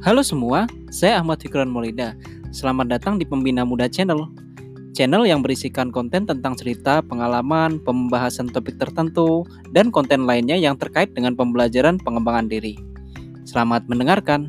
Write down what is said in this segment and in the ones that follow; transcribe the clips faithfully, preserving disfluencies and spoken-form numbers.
Halo semua, saya Ahmad Fikran Maulida. Selamat datang di Pembina Muda Channel. Channel yang berisikan konten tentang cerita, pengalaman, pembahasan topik tertentu, dan konten lainnya yang terkait dengan pembelajaran pengembangan diri. Selamat mendengarkan.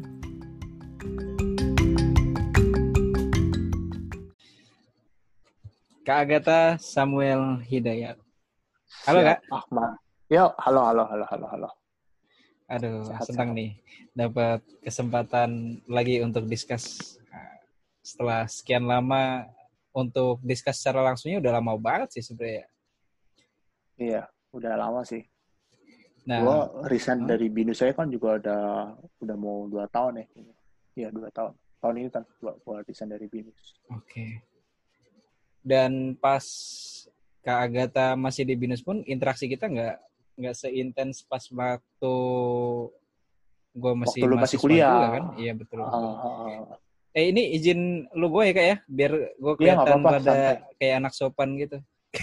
Kak Agatha Samuel Hidayat. Halo Kak. Siap, Ahmad. Yo, halo, halo, halo, halo, halo. Aduh, Sehat, senang sehat. nih dapat kesempatan lagi untuk discuss. Setelah sekian lama untuk discuss secara langsungnya udah lama banget sih sebenarnya. Iya, udah lama sih. Nah, Gua resign huh? dari binus saya kan juga udah udah mau dua tahun ya. Iya, dua tahun. Tahun ini kan gua, gua resign dari binus. Oke. Okay. Dan pas Kak Agatha masih di binus pun interaksi kita nggak nggak seintens pas waktu gue masih Waktu lu masih mahasiswa kuliah. juga kan? Iya betul betul. Uh, Eh ini izin lu gue ya Kak ya, biar gue iya, nggak kelihatan apa-apa, rada santai. kayak anak sopan gitu.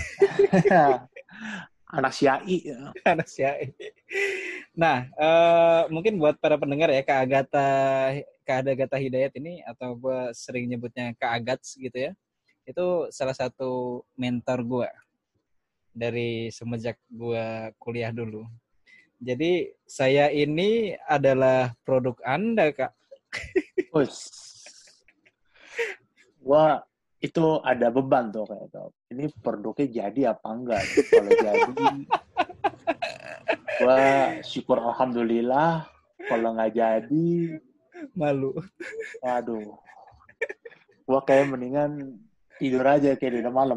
Anak Syai. Ya. Anak Syai. Nah, uh, mungkin buat para pendengar ya, Kak Agatha, Kak Agatha Hidayat ini, atau gue sering nyebutnya Kak Agats gitu ya, itu salah satu mentor gue dari semenjak gue kuliah dulu. Jadi saya ini adalah produk Anda, Kak. Gua itu ada beban tuh kayak tuh. Ini produknya jadi apa enggak? Kalau jadi, gua syukur alhamdulillah. Kalau nggak jadi, Malu. waduh. Gua kayak mendingan tidur aja kayak di udah malam.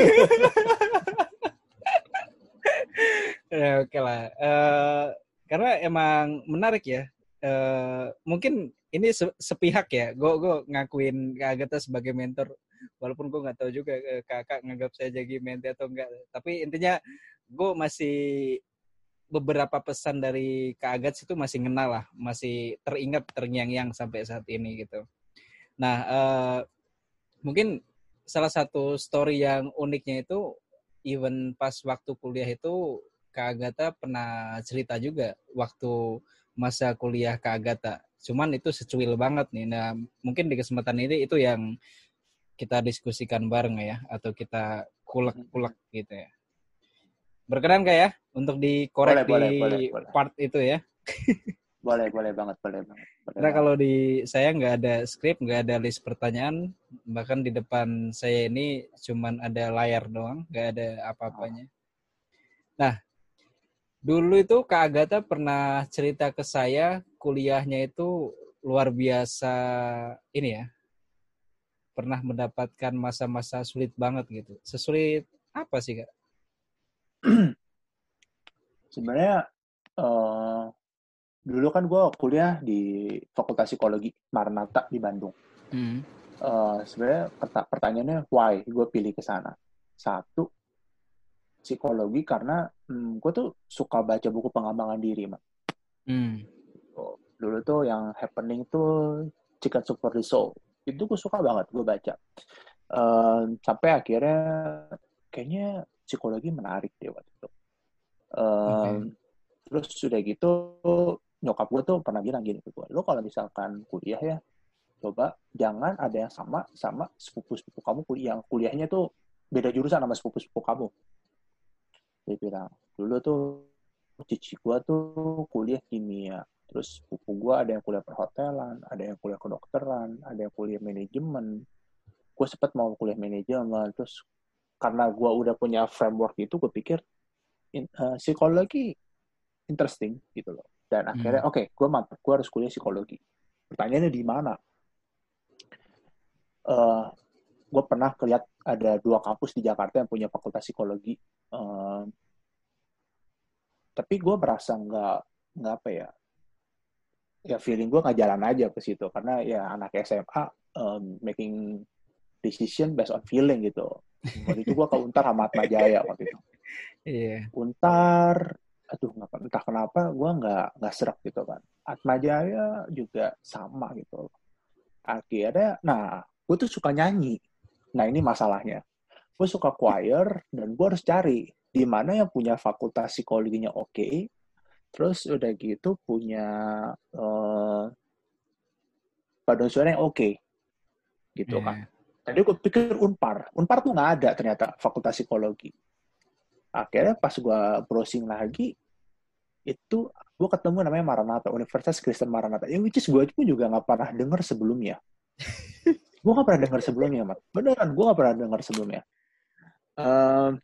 Ya, oke lah. Uh, karena emang menarik ya. Uh, mungkin ini sepihak ya. Gue gue ngakuin Kak Agatha sebagai mentor. Walaupun gue nggak tahu juga kakak nganggap saya jadi mentor atau enggak. Tapi intinya gue masih beberapa pesan dari Kak Agats itu masih ngenal lah. Masih teringat terngiang-ngiang sampai saat ini gitu. Nah, uh, mungkin salah satu story yang uniknya itu even pas waktu kuliah itu Kak Agatha pernah cerita juga waktu masa kuliah Kak Agatha. Cuman itu secuil banget nih. Nah, mungkin di kesempatan ini itu yang kita diskusikan bareng ya, atau kita kulek-kulek gitu ya. Berkenan Kak ya untuk dikorek Boleh, di boleh, boleh, boleh. part itu ya? Boleh, boleh banget, boleh banget. Boleh Karena banget. kalau di saya nggak ada skrip, nggak ada list pertanyaan, bahkan di depan saya ini cuman ada layar doang, nggak ada apa-apanya. Nah, dulu itu Kak Agatha pernah cerita ke saya kuliahnya itu luar biasa ini ya, pernah mendapatkan masa-masa sulit banget gitu. Sesulit apa sih Kak? Sebenarnya uh, dulu kan gue kuliah di Fakultas Psikologi Maranatha di Bandung. Hmm. Uh, sebenarnya pertanyaannya why gue pilih ke sana. Satu, psikologi karena hmm, gue tuh suka baca buku pengembangan diri, Mak. Hmm. Dulu tuh yang happening tuh Chicken Soup for the Soul. Itu gue suka banget gue baca. Uh, sampai akhirnya kayaknya psikologi menarik deh waktu itu. Uh, okay. Terus sudah gitu nyokap gue tuh pernah bilang gini ke gue, lo kalau misalkan kuliah ya, coba jangan ada yang sama sama sepupu-sepupu kamu kuliah, yang kuliahnya tuh beda jurusan sama sepupu-sepupu kamu. Dia bilang, dulu tuh cici gue tuh kuliah kimia, terus sepupu gue ada yang kuliah perhotelan, ada yang kuliah kedokteran, ada yang kuliah manajemen. Gue sempat mau kuliah manajemen, terus karena gue udah punya framework itu, gue pikir in, uh, psikologi interesting gitu loh. Dan akhirnya hmm. oke, okay, gue mantap, gue harus kuliah psikologi. Pertanyaannya di mana? Uh, gue pernah lihat ada dua kampus di Jakarta yang punya fakultas psikologi. Uh, tapi gue merasa nggak nggak apa ya, ya feeling gue nggak jalan aja ke situ karena ya anak S M A um, making decision based on feeling gitu. Waktu itu gue ke Untar sama Atma Jaya waktu itu. Yeah. Untar, aduh entah kenapa gue nggak nggak serak gitu kan. Atma Jaya juga sama gitu. Akhirnya, nah gue tuh suka nyanyi. Nah ini masalahnya. Gue suka choir dan gue harus cari di mana yang punya fakultas psikologinya oke. Okay, terus udah gitu punya uh, paduan suara yang oke, okay, gitu yeah. kan. Tadi gue pikir Unpar, Unpar tuh nggak ada ternyata Fakultas Psikologi. Akhirnya pas gue browsing lagi, itu gue ketemu namanya Maranatha, Universitas Kristen Maranatha. Yang which is gue pun juga nggak pernah dengar sebelumnya. Gue nggak pernah dengar sebelumnya, Mat. Beneran, gue nggak pernah dengar sebelumnya. Um,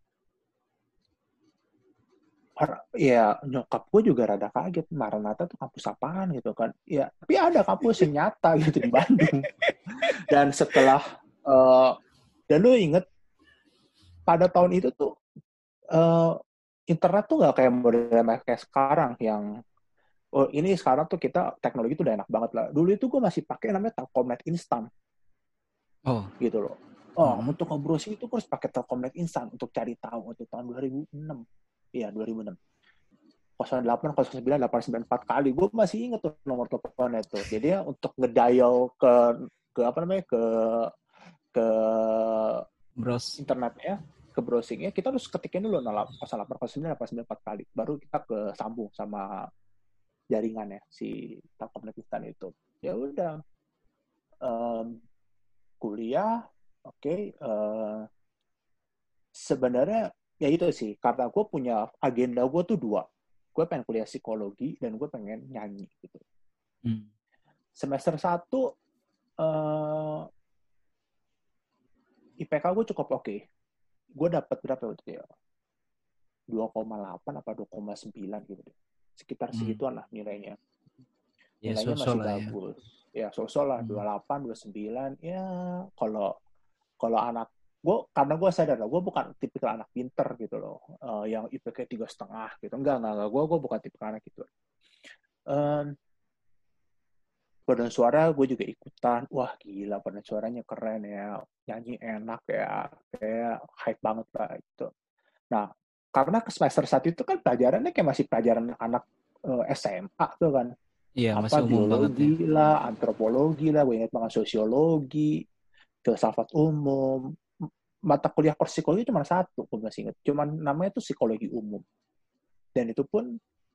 ya nyokap gue juga rada kaget, Maranatha tuh kampus apaan gitu kan. Ya, tapi ada kampus yang nyata gitu di Bandung. Dan setelah, uh, dan lu inget, pada tahun itu tuh, uh, internet tuh nggak kayak modern kayak sekarang yang oh ini sekarang tuh kita teknologi tuh udah enak banget lah. Dulu itu gue masih pakai namanya Telkomnet Instan. Oh. Gitu loh. Oh, uh-huh. Untuk nge-browsing itu gue harus pakai Telkomnet Instan untuk cari tahu untuk tahun dua ribu enam. Iya, dua ribu enam. nol delapan nol sembilan delapan sembilan empat kali. Gue masih inget tuh nomor teleponnya tuh. Jadi ya untuk ngedial ke ke apa namanya ke ke Bros. internetnya, ke browsingnya, kita harus ketikin dulu nol delapan nol sembilan delapan sembilan empat kali. Baru kita ke sambung sama jaringannya si Telkomnet Instan itu. Ya udah. Um, kuliah, oke. Okay, uh, sebenarnya ya itu sih, karena gue punya agenda gue tuh dua. Gue pengen kuliah psikologi dan gue pengen nyanyi gitu. Hmm. Semester satu uh, I P K gue cukup oke. Okay. Gue dapat berapa waktu ya? dua koma delapan apa dua koma sembilan gitu deh. Sekitar hmm. segituan lah nilainya. Ya, nilainya so-so masih lah, bagus. Ya, ya so-so lah, hmm. dua puluh delapan, dua puluh sembilan. Ya, kalau kalau anak gue, karena gue sadar lah, gue bukan tipikal anak pinter gitu loh, uh, yang I P K tiga setengah gitu. Enggak, enggak, enggak. Gue gue bukan tipikal anak gitu. Um, paduan suara gue juga ikutan. Wah gila, paduan suaranya keren ya, nyanyi enak ya, kayak hype banget lah gitu. Nah, karena ke semester satu itu kan pelajarannya kayak masih pelajaran anak uh, S M A tuh kan. Iya, apa biologi ya. Lah, antropologi lah, gue ingat banget sosiologi, filsafat umum. Mata kuliah psikologi cuma satu, gue masih ingat. Cuman namanya tuh psikologi umum. Dan itu pun,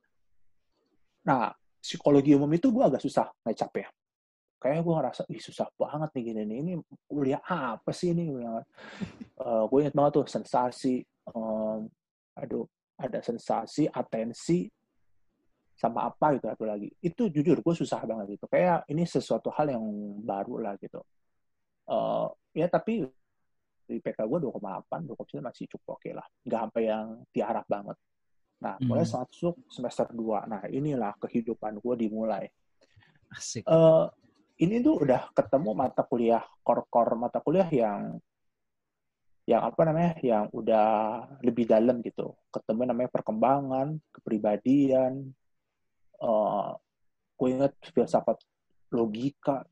nah, psikologi umum itu gue agak susah ngecapnya. Kayaknya gue ngerasa, ih susah banget nih gini nih. Ini kuliah apa sih ini? uh, gue ingat banget tuh, sensasi, um, aduh, ada sensasi, atensi, sama apa gitu atau lagi. Itu jujur, gue susah banget gitu. Kayak ini sesuatu hal yang baru lah gitu. Uh, ya tapi I P K gue dua koma delapan, dua koma sembilan masih cukup oke lah. Nggak sampai yang diharap banget. Nah, hmm. mulai masuk semester dua. Nah, inilah kehidupan gue dimulai. Asik. Uh, ini tuh udah ketemu mata kuliah, core-core mata kuliah yang yang apa namanya, yang udah lebih dalam gitu. Ketemu namanya perkembangan, kepribadian, uh, gue ingat filsafat logika,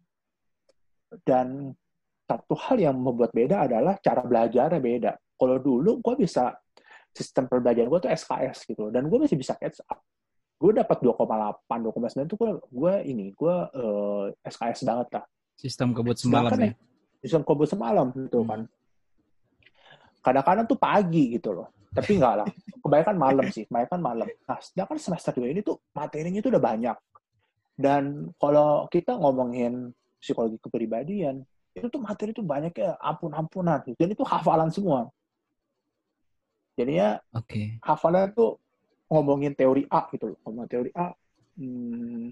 dan satu hal yang membuat beda adalah cara belajarnya beda. Kalau dulu gue bisa, sistem pembelajaran gue tuh S K S gitu, dan gue masih bisa catch up. Gue dapat dua koma delapan, dua koma sembilan tuh gue, gue ini, gue uh, S K S banget lah. Sistem kebut semalam ya? Sistem kebut semalam gitu kan. Kadang-kadang tuh pagi gitu loh. Tapi enggak lah. Kebanyakan malam sih. Kebanyakan malam. Nah, sedangkan semester dua ini tuh materinya tuh udah banyak. Dan kalau kita ngomongin psikologi kepribadian, itu tuh materi tuh banyak ya, ampun-ampunan. Dan itu hafalan semua. Jadinya okay. hafalan tuh ngomongin teori A gitu loh. Ngomongin teori A, hmm,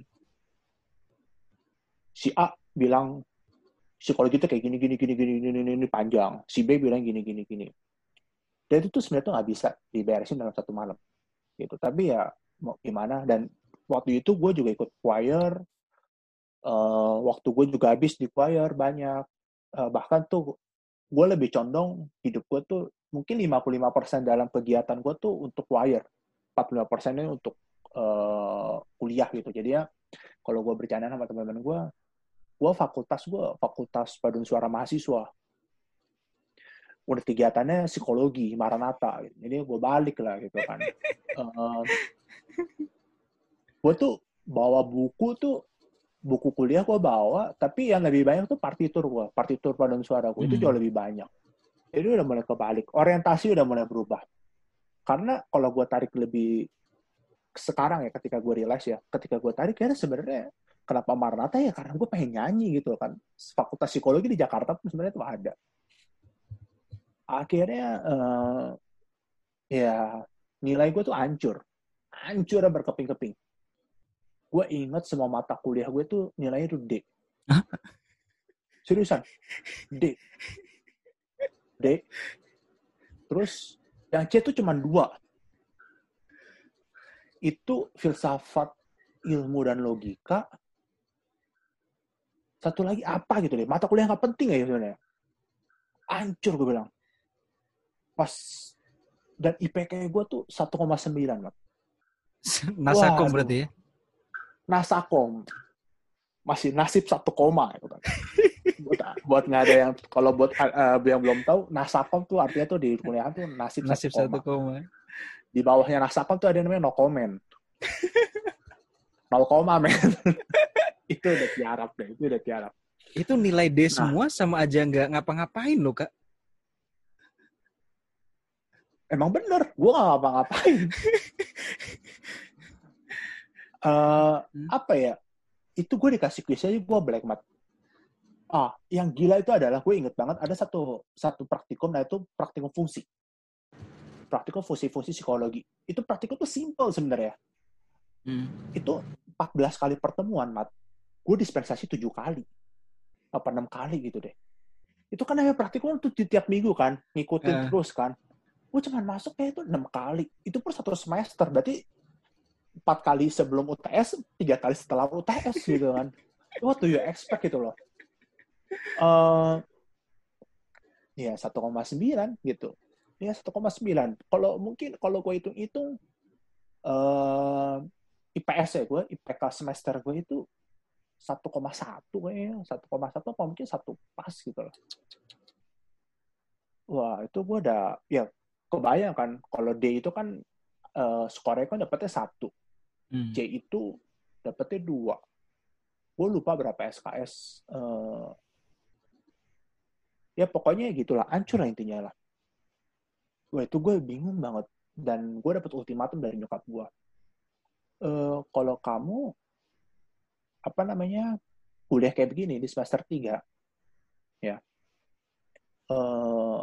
si A bilang psikologi itu kayak gini, gini, gini, gini, gini, gini, gini, panjang. Si B bilang gini, gini, gini. Dan itu tuh sebenarnya tuh nggak bisa diberesin dalam satu malam. Gitu. Tapi ya mau gimana. Dan waktu itu gue juga ikut choir. Uh, waktu gue juga habis di choir banyak. Uh, bahkan tuh gue lebih condong hidup gue tuh mungkin lima puluh lima persen dalam kegiatan gue tuh untuk choir. empat puluh lima persen-nya untuk uh, kuliah gitu. Jadi ya kalau gue bercanda sama teman-teman gue, gue fakultas gue fakultas paduan suara mahasiswa. Udah kegiatannya psikologi, Maranatha. Gitu. Jadi gue balik lah gitu kan. uh, gue tuh bawa buku tuh, buku kuliah gue bawa, tapi yang lebih banyak tuh partitur gue, partitur paduan suara gue, hmm. itu jauh lebih banyak. Jadi udah mulai kebalik. Orientasi udah mulai berubah. Karena kalau gue tarik lebih sekarang ya, ketika gue realize ya, ketika gue tarik, ya sebenarnya kenapa Maranatha ya karena gue pengen nyanyi gitu kan. Fakultas psikologi di Jakarta pun sebenarnya tuh ada. Akhirnya uh, ya nilai gue tuh hancur. Hancur dan berkeping-keping. Gue inget semua mata kuliah gue tuh nilainya tuh D. Hah? Seriusan. D. D. Terus yang C tuh cuma dua. Itu filsafat, ilmu, dan logika. Satu lagi apa gitu deh. Mata kuliah nggak penting ya sebenarnya. Hancur gue bilang. Pas. Dan I P K gue tuh satu koma sembilan. Nasakom berarti ya? Nasakom. Masih nasib satu koma. Gitu kan. buat buat nggak ada yang, kalau buat uh, yang belum tahu, Nasakom tuh artinya tuh di kuliah tuh nasib, nasib satu koma. Di bawahnya Nasakom tuh ada namanya no comment. Nol koma, men. Itu udah tiarap deh, itu udah tiarap. Itu nilai D nah, semua sama aja nggak ngapa-ngapain loh, Kak. Emang bener, gue nggak ngapa-ngapain. uh, hmm. Apa ya, itu gue dikasih kuis aja, gue black mat. Ah, yang gila itu adalah, gue inget banget, ada satu satu praktikum, nah itu praktikum fungsi. Praktikum fungsi-fungsi psikologi. Itu praktikum tuh simple sebenarnya. Hmm. Itu empat belas kali pertemuan, Mat. Gue dispensasi tujuh kali. Apa enam kali gitu deh. Itu kan namanya praktikum tuh tiap minggu kan, ngikutin uh. terus kan. Gue cuma masuk kayak itu enam kali. Itu per satu semester. Berarti empat kali sebelum U T S, tiga kali setelah U T S gitu kan. What do you expect gitu loh. Uh, ya satu koma sembilan gitu. Ya satu koma sembilan. Kalau mungkin kalau gue hitung-hitung uh, I P S ya gue, I P K semester gue itu satu koma satu kayaknya. satu koma satu apa mungkin satu pas gitu loh. Wah, itu gue udah, ya kebayang kan, kalau D itu kan uh, skornya kan dapetnya satu. Hmm. C itu dapetnya dua. Gue lupa berapa S K S. Uh, ya pokoknya gitulah, hancur lah intinya lah. Wah, itu gue bingung banget. Dan gue dapet ultimatum dari nyokap gue. Uh, kalau kamu, apa namanya, kuliah kayak begini di semester tiga, ya, uh,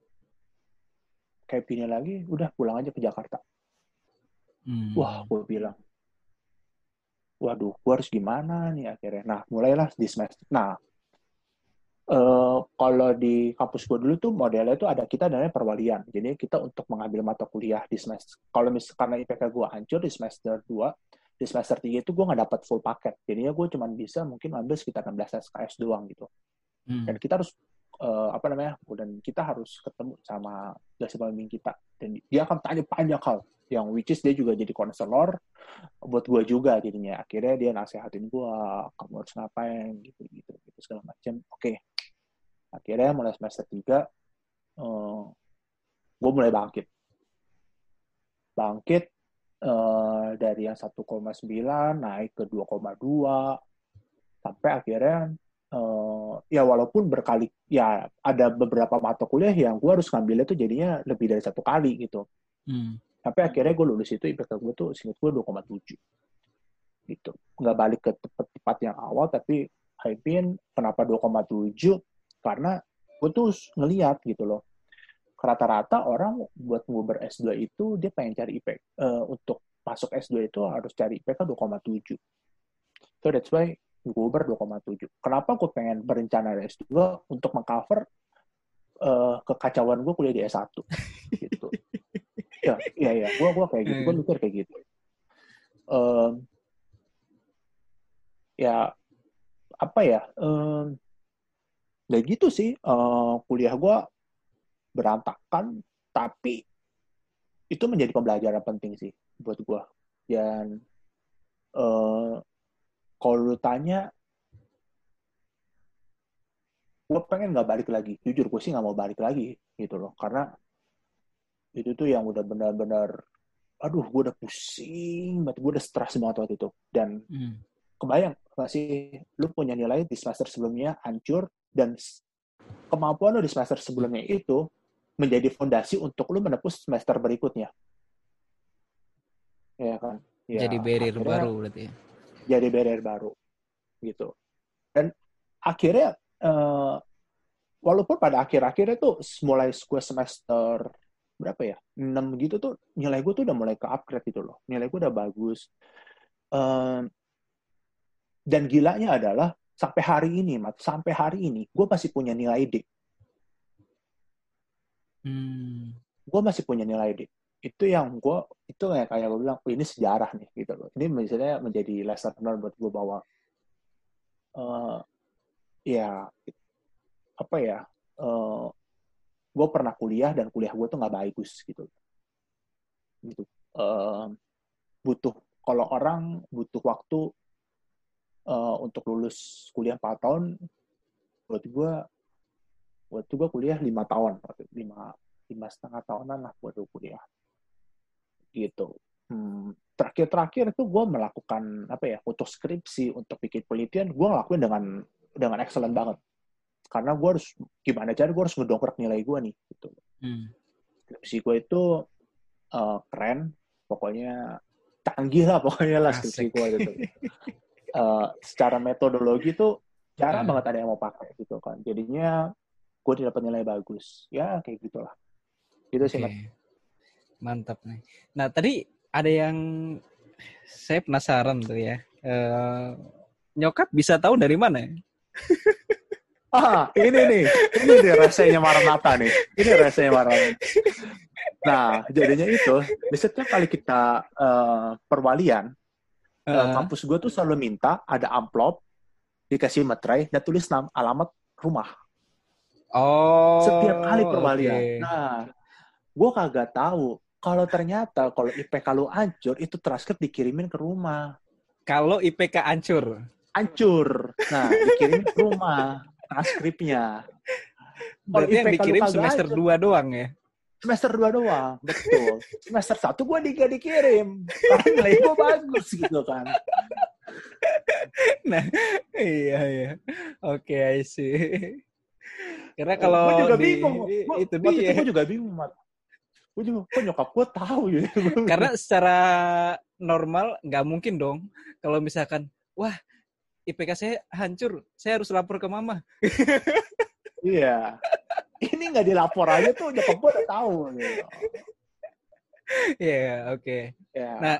kayak begini lagi, udah pulang aja ke Jakarta. Hmm. Wah, gue bilang, waduh, gue harus gimana nih akhirnya. Nah, mulailah di semester. Nah, uh, kalau di kampus gue dulu tuh modelnya tuh ada kita namanya perwalian. Jadi kita untuk mengambil mata kuliah di semester. Kalau misalnya karena I P K gue hancur di semester dua, di semester tiga itu gue nggak dapat full paket. Jadinya gue cuma bisa mungkin ambil sekitar enam belas S K S doang gitu. Hmm. Dan kita harus Uh, apa namanya, dan kita harus ketemu sama dosen pembimbing kita, dan dia akan tanya banyak hal, yang which is dia juga jadi konselor buat gue juga jadinya. Akhirnya dia nasehatin gue, kamu harus ngapain, gitu gitu gitu segala macam. Oke, okay. Akhirnya mulai semester tiga, uh, gue mulai bangkit, bangkit uh, dari yang satu koma sembilan naik ke dua koma dua sampai akhirnya Uh, ya walaupun berkali, ya ada beberapa mata kuliah yang gue harus ngambilnya tuh jadinya lebih dari satu kali gitu. Hmm. Tapi akhirnya gue lulus itu I P K gue tuh singkat gue dua koma tujuh gitu. Nggak balik ke tempat yang awal, tapi I mean kenapa dua koma tujuh? Karena gue tuh ngeliat gitu loh. Rata-rata orang buat nguber S dua itu dia pengen cari I P K. Uh, untuk masuk S dua itu harus cari I P K dua koma tujuh. So that's why Nguber dua koma tujuh. Kenapa gue pengen berencana S dua untuk mengcover uh, kekacauan gue kuliah di S satu gitu. Ya, ya, ya. Gue gue kayak gitu. Gue mikir kayak gitu. Um, ya, apa ya? Um, ya gitu sih. Uh, kuliah gue berantakan, tapi itu menjadi pembelajaran penting sih buat gue. Dan uh, kalau lu tanya, gue pengen nggak balik lagi. Jujur, gue sih nggak mau balik lagi gitu loh. Karena itu tuh yang udah benar-benar, aduh, gue udah pusing banget. Gue udah stres banget waktu itu. Dan hmm. kebayang nggak sih, lu punya nilai di semester sebelumnya hancur, dan kemampuan lu di semester sebelumnya itu menjadi fondasi untuk lu menepus semester berikutnya. Ya kan? Ya, jadi barrier baru berarti ya? Jadi barrier baru. gitu. Dan akhirnya uh, walaupun pada akhir-akhirnya tuh mulai gue semester berapa ya, enam gitu tuh nilai gue tuh udah mulai ke upgrade gitu loh, nilai gue udah bagus. Uh, dan gilanya adalah sampai hari ini, Mat, sampai hari ini gue masih punya nilai D. Hmm. Gue masih punya nilai D. Itu yang gue, itu kayak kayak gue bilang, oh, ini sejarah nih gitu loh. Ini misalnya menjadi lesson learned buat gue bahwa uh, ya apa ya, uh, gue pernah kuliah dan kuliah gue tuh nggak bagus gitu. Gitu. Uh, butuh kalau orang butuh waktu uh, untuk lulus kuliah empat tahun, buat gue, buat gue kuliah lima tahun, lima lima setengah tahunan lah buat gue kuliah. Gitu. Hmm, terakhir-terakhir itu gue melakukan apa ya, untuk skripsi, untuk bikin penelitian, gue ngelakuin dengan dengan excellent banget. Karena gue harus gimana cara gue harus ngedongkrak nilai gue nih. Gitu. Hmm. Skripsi gue itu uh, keren, pokoknya canggih lah pokoknya lah skripsi gue gitu. Uh, secara metodologi tuh jarang uh. banget ada yang mau pakai gitu kan. Jadinya gue tidak dapat nilai bagus. Ya kayak gitulah. Gitu sih. Okay. Mantap nih. Nah tadi ada yang saya penasaran tuh ya. Uh, nyokap bisa tahu dari mana? Ah, ini nih, ini nih rasanya Maranatha nih. Ini rasanya Maranatha. Nah, jadinya itu, di setiap kali kita uh, perwalian, uh. Uh, kampus gue tuh selalu minta ada amplop, dikasih materai, dan tulis nama, alamat rumah. Oh. Setiap kali perwalian. Okay. Nah, gue kagak tahu. Kalau ternyata kalau I P K lu hancur, itu transkrip dikirimin ke rumah. Kalau I P K hancur? Hancur. Nah, dikirimin ke rumah transkripnya. Kalau I P K yang dikirim semester dua doang ya? Semester dua doang, betul. Semester satu gue di- dikirim. Karena nilai gue bagus gitu kan. Nah, iya, iya. Oke, okay, I see. Karena kalau gue juga di, bingung. Gua, itu waktu dia. itu gue juga bingung, Mat. Gue juga, kok nyokap gue tahu ya? Karena secara normal nggak mungkin dong. Kalau misalkan, wah I P K saya hancur, saya harus lapor ke mama. Iya. Ini nggak dilapor aja tuh nyokap gue udah tahu. Gitu. Iya, yeah, oke. Okay. Yeah. Nah,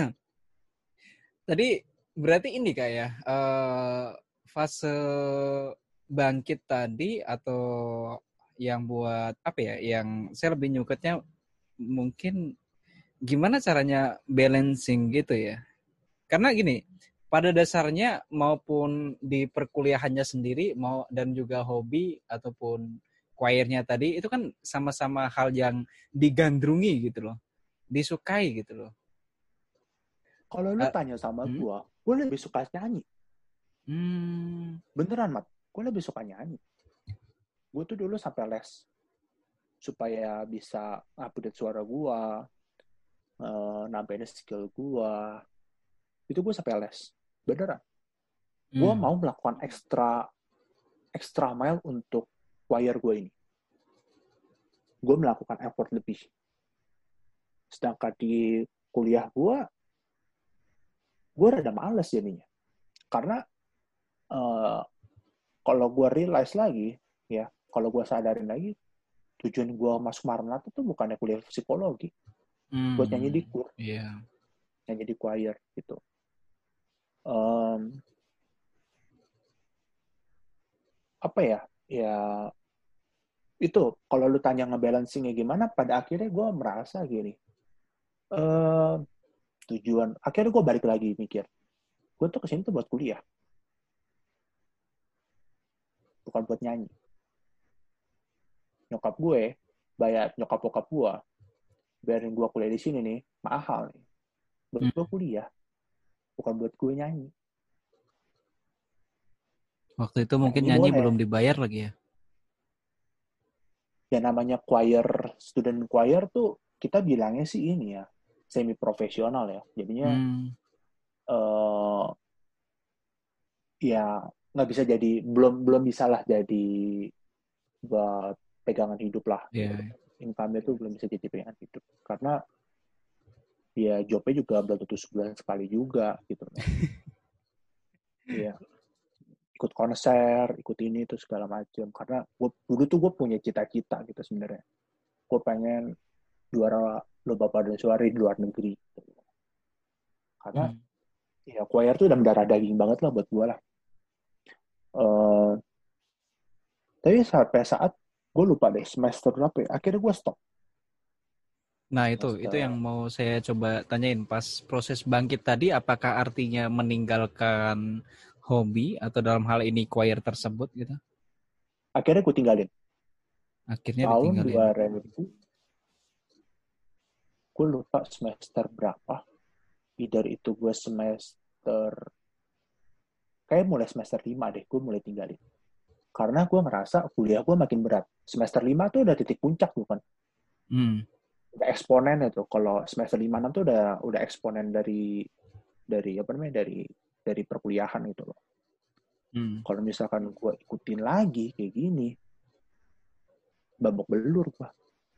tadi berarti ini kayak uh, fase bangkit tadi atau yang buat apa ya? Yang saya lebih nyuketnya mungkin gimana caranya balancing gitu ya? Karena gini, pada dasarnya maupun di perkuliahannya sendiri mau dan juga hobi ataupun choir-nya tadi itu kan sama-sama hal yang digandrungi gitu loh, disukai gitu loh. Kalau lu uh, tanya sama hmm? gue, gue lebih suka nyanyi. Hmm. Beneran, Mat. Gue lebih suka nyanyi. Gue tuh dulu sampai les supaya bisa update suara gue, uh, nambahin skill gue. Itu gue sampai les. Beneran. Hmm. Gue mau melakukan extra extra mile untuk choir gue ini. Gue melakukan effort lebih. Sedangkan di kuliah gue, gue rada males jadinya. Karena uh, kalau gue realize lagi, ya, kalau gue sadarin lagi, tujuan gue masuk Maranatha tuh bukannya kuliah psikologi, hmm, buat nyanyi di kur, yeah. nyanyi di choir gitu. Um, apa ya? Ya itu kalau lu tanya ngebalancingnya gimana, pada akhirnya gue merasa gini, uh, tujuan akhirnya gue balik lagi mikir, gue tuh kesini tuh buat kuliah, bukan buat nyanyi. Nyokap gue bayar, nyokap bokap gue bayarin gue kuliah di sini nih mahal nih, buat gue kuliah, bukan buat gue nyanyi. Waktu itu mungkin nyanyi, nyanyi belum dibayar lagi ya? Ya namanya choir, student choir tuh kita bilangnya sih ini ya, semi profesional ya. Jadinya hmm. uh, ya nggak bisa jadi, belum belum bisa lah jadi buat pegangan hidup lah. Yeah. Gitu. Income-nya tuh belum bisa jadi pegangan hidup karena ya jobnya juga belum tentu sebulan sekali juga gitu. Iya. ikut konser, ikut ini itu segala macam. Karena gua, dulu tuh gue punya cita-cita gitu sebenarnya. Gue pengen juara lomba paduan suara di luar negeri. Karena hmm. ya choir tuh udah mendarah daging banget lah buat gue lah. Uh, tapi sampai saat gue lupa deh semester berapa ya, akhirnya gue stop. Nah itu semester. Itu yang mau saya coba tanyain pas proses bangkit tadi, apakah artinya meninggalkan hobi atau dalam hal ini choir tersebut gitu? Akhirnya gue tinggalin. Akhirnya tahun ditinggalin. dua ribu gue lupa semester berapa. Either itu gue semester kayak mulai semester lima deh gue mulai tinggalin. Karena gue ngerasa kuliah gue makin berat. Semester lima tuh udah titik puncak bukan? Hmm. Udah eksponen itu. Kalau semester lima enam tuh udah udah eksponen dari dari apa namanya? dari dari perkuliahan gitu loh. Hmm. Kalau misalkan gue ikutin lagi kayak gini, babak belur gue.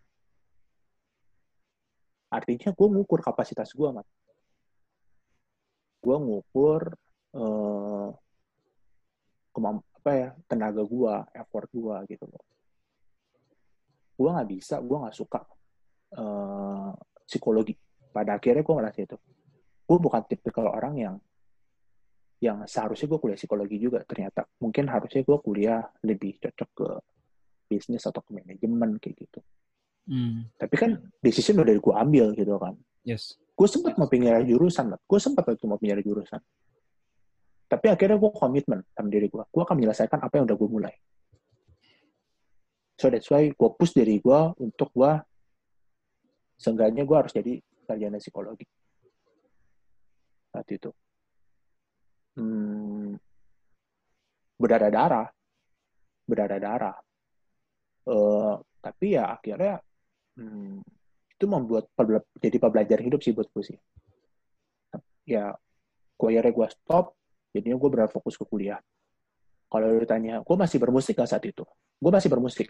Artinya gue ngukur kapasitas gue, Mat. Gue ngukur eh, kemamp apa ya, tenaga gue, effort gue gitu loh. Gue nggak bisa, gue nggak suka uh, psikologi. Pada akhirnya gue ngerasa itu. Gue bukan tipikal orang yang yang seharusnya gue kuliah psikologi juga. Ternyata mungkin harusnya gue kuliah lebih cocok ke bisnis atau ke manajemen kayak gitu. Hmm. Tapi kan decision udah gue ambil gitu kan. Yes. Gue sempat mau pindah jurusan, gue sempat waktu mau pindah jurusan. Tapi akhirnya gue komitmen sama diri gue. Gue akan menyelesaikan apa yang udah gue mulai. So that's why gue push diri gue untuk gue seenggaknya gue harus jadi sarjana psikologi. Saat itu. Hmm, berdarah-darah. Berdarah-darah. Uh, tapi ya akhirnya hmm, itu membuat jadi pembelajaran hidup sih buat gue sih. Ya, gue akhirnya gue stop, jadinya gue berfokus ke kuliah. Kalau ditanya, gue masih bermusik gak saat itu? Gue masih bermusik.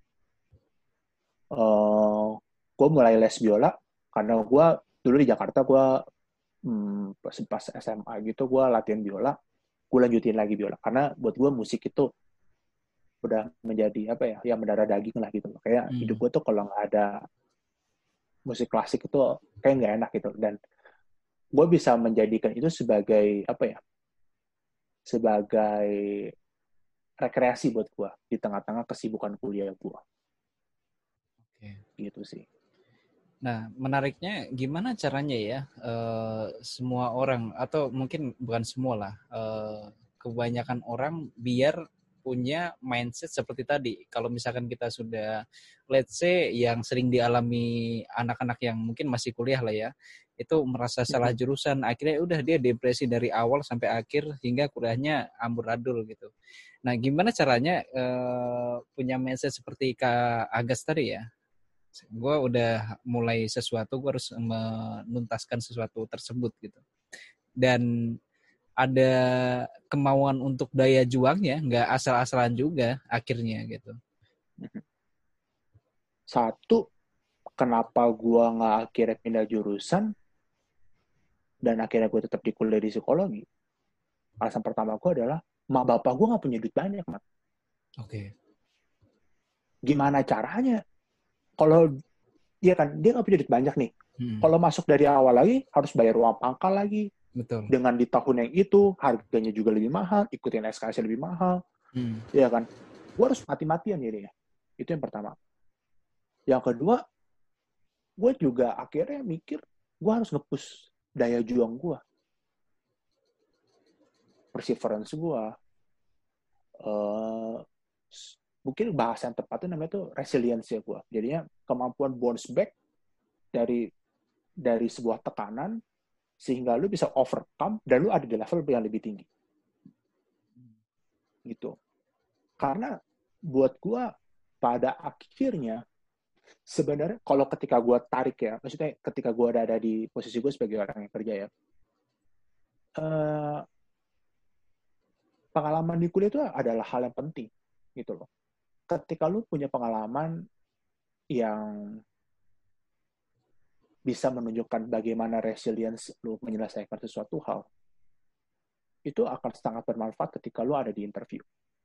Uh, gue mulai les biola, karena gue dulu di Jakarta, gue hmm, pas S M A gitu, gue latihan biola, gue lanjutin lagi biola. Karena buat gue musik itu udah menjadi apa ya, ya mendarah daging lah gitu. Kayak hmm. hidup gue tuh kalau nggak ada musik klasik itu kayak nggak enak gitu. Dan gue bisa menjadikan itu sebagai apa ya, sebagai rekreasi buat gue di tengah-tengah kesibukan kuliah gue. Oke, gitu sih. Nah, menariknya gimana caranya ya uh, semua orang atau mungkin bukan semua lah, uh, kebanyakan orang biar punya mindset seperti tadi. Kalau misalkan kita sudah, let's say yang sering dialami anak-anak yang mungkin masih kuliah lah ya, itu merasa salah jurusan, akhirnya udah dia depresi dari awal sampai akhir hingga kuliahnya amburadul gitu. Nah, gimana caranya uh, punya mindset seperti Kak Agas tadi ya? Gue udah mulai sesuatu, gue harus menuntaskan sesuatu tersebut gitu. Dan ada kemauan untuk daya juangnya, nggak asal-asalan juga akhirnya gitu. Satu, kenapa gue nggak akhirnya pindah jurusan dan akhirnya gue tetap di kuliah di psikologi? Alasan pertama gue adalah, mak bapak gue nggak punya duit banyak, Mak. Oke. Okay. Gimana caranya? Kalau dia kan, dia nggak punya duit banyak nih. Hmm. Kalau masuk dari awal lagi, harus bayar uang pangkal lagi. Betul. Dengan di tahun yang itu, harganya juga lebih mahal, ikutin S K S lebih mahal. Hmm. Ya kan? Gue harus mati-matian jadinya. Itu yang pertama. Yang kedua, gue juga akhirnya mikir, gue harus nge-push daya juang gue. Perseverance gue. Uh, mungkin bahasa yang tepatnya namanya tuh resilience ya gue. Jadinya kemampuan bounce back dari dari sebuah tekanan sehingga lu bisa overcome dan lu ada di level yang lebih tinggi. Gitu. Karena buat gue pada akhirnya sebenarnya kalau ketika gue tarik ya, maksudnya ketika gue ada, ada di posisi gue sebagai orang yang kerja ya, uh, pengalaman di kuliah itu adalah hal yang penting gitu loh. Ketika lu punya pengalaman yang bisa menunjukkan bagaimana resilience lu menyelesaikan sesuatu hal, itu akan sangat bermanfaat ketika lu ada di interview.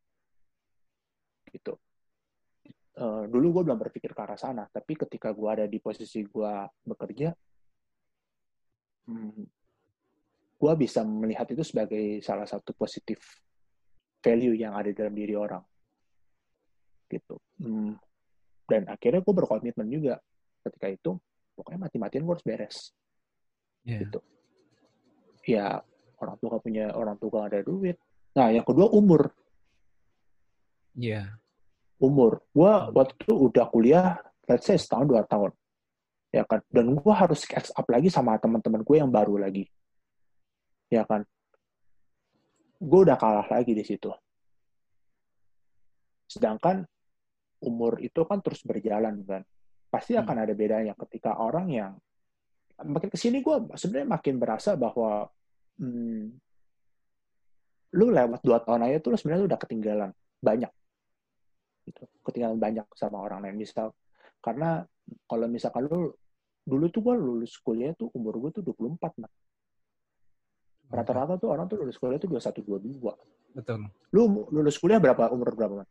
Gitu. Uh, dulu gue belum berpikir ke arah sana, tapi ketika gue ada di posisi gue bekerja, hmm, gue bisa melihat itu sebagai salah satu positif value yang ada dalam diri orang. Gitu. Hmm, dan akhirnya gue berkomitmen juga ketika itu, pokoknya mati-matian gue harus beres. Yeah. Gitu. Ya, orang tua gak punya, orang tua gak ada duit. Nah, yang kedua umur. Iya. Yeah. Umur. Gue waktu itu udah kuliah, let's say setahun, dua tahun. Ya kan? Dan gue harus catch up lagi sama teman-teman gue yang baru lagi. Ya kan? Gue udah kalah lagi di situ. Sedangkan umur itu kan terus berjalan kan. Pasti akan hmm. ada bedanya ketika orang yang makin kesini gue sebenarnya makin berasa bahwa hmm, lu lewat dua tahun aja tuh lu sebenarnya udah ketinggalan banyak. Gitu. Ketinggalan banyak sama orang lain. Misal, karena kalau misalkan lu, dulu tuh gue lulus kuliah tuh umur gue tuh dua puluh empat. Nah. Rata-rata tuh orang tuh lulus kuliah tuh dua puluh satu, dua puluh dua. Betul. Lu lulus kuliah berapa, umur berapa? Man?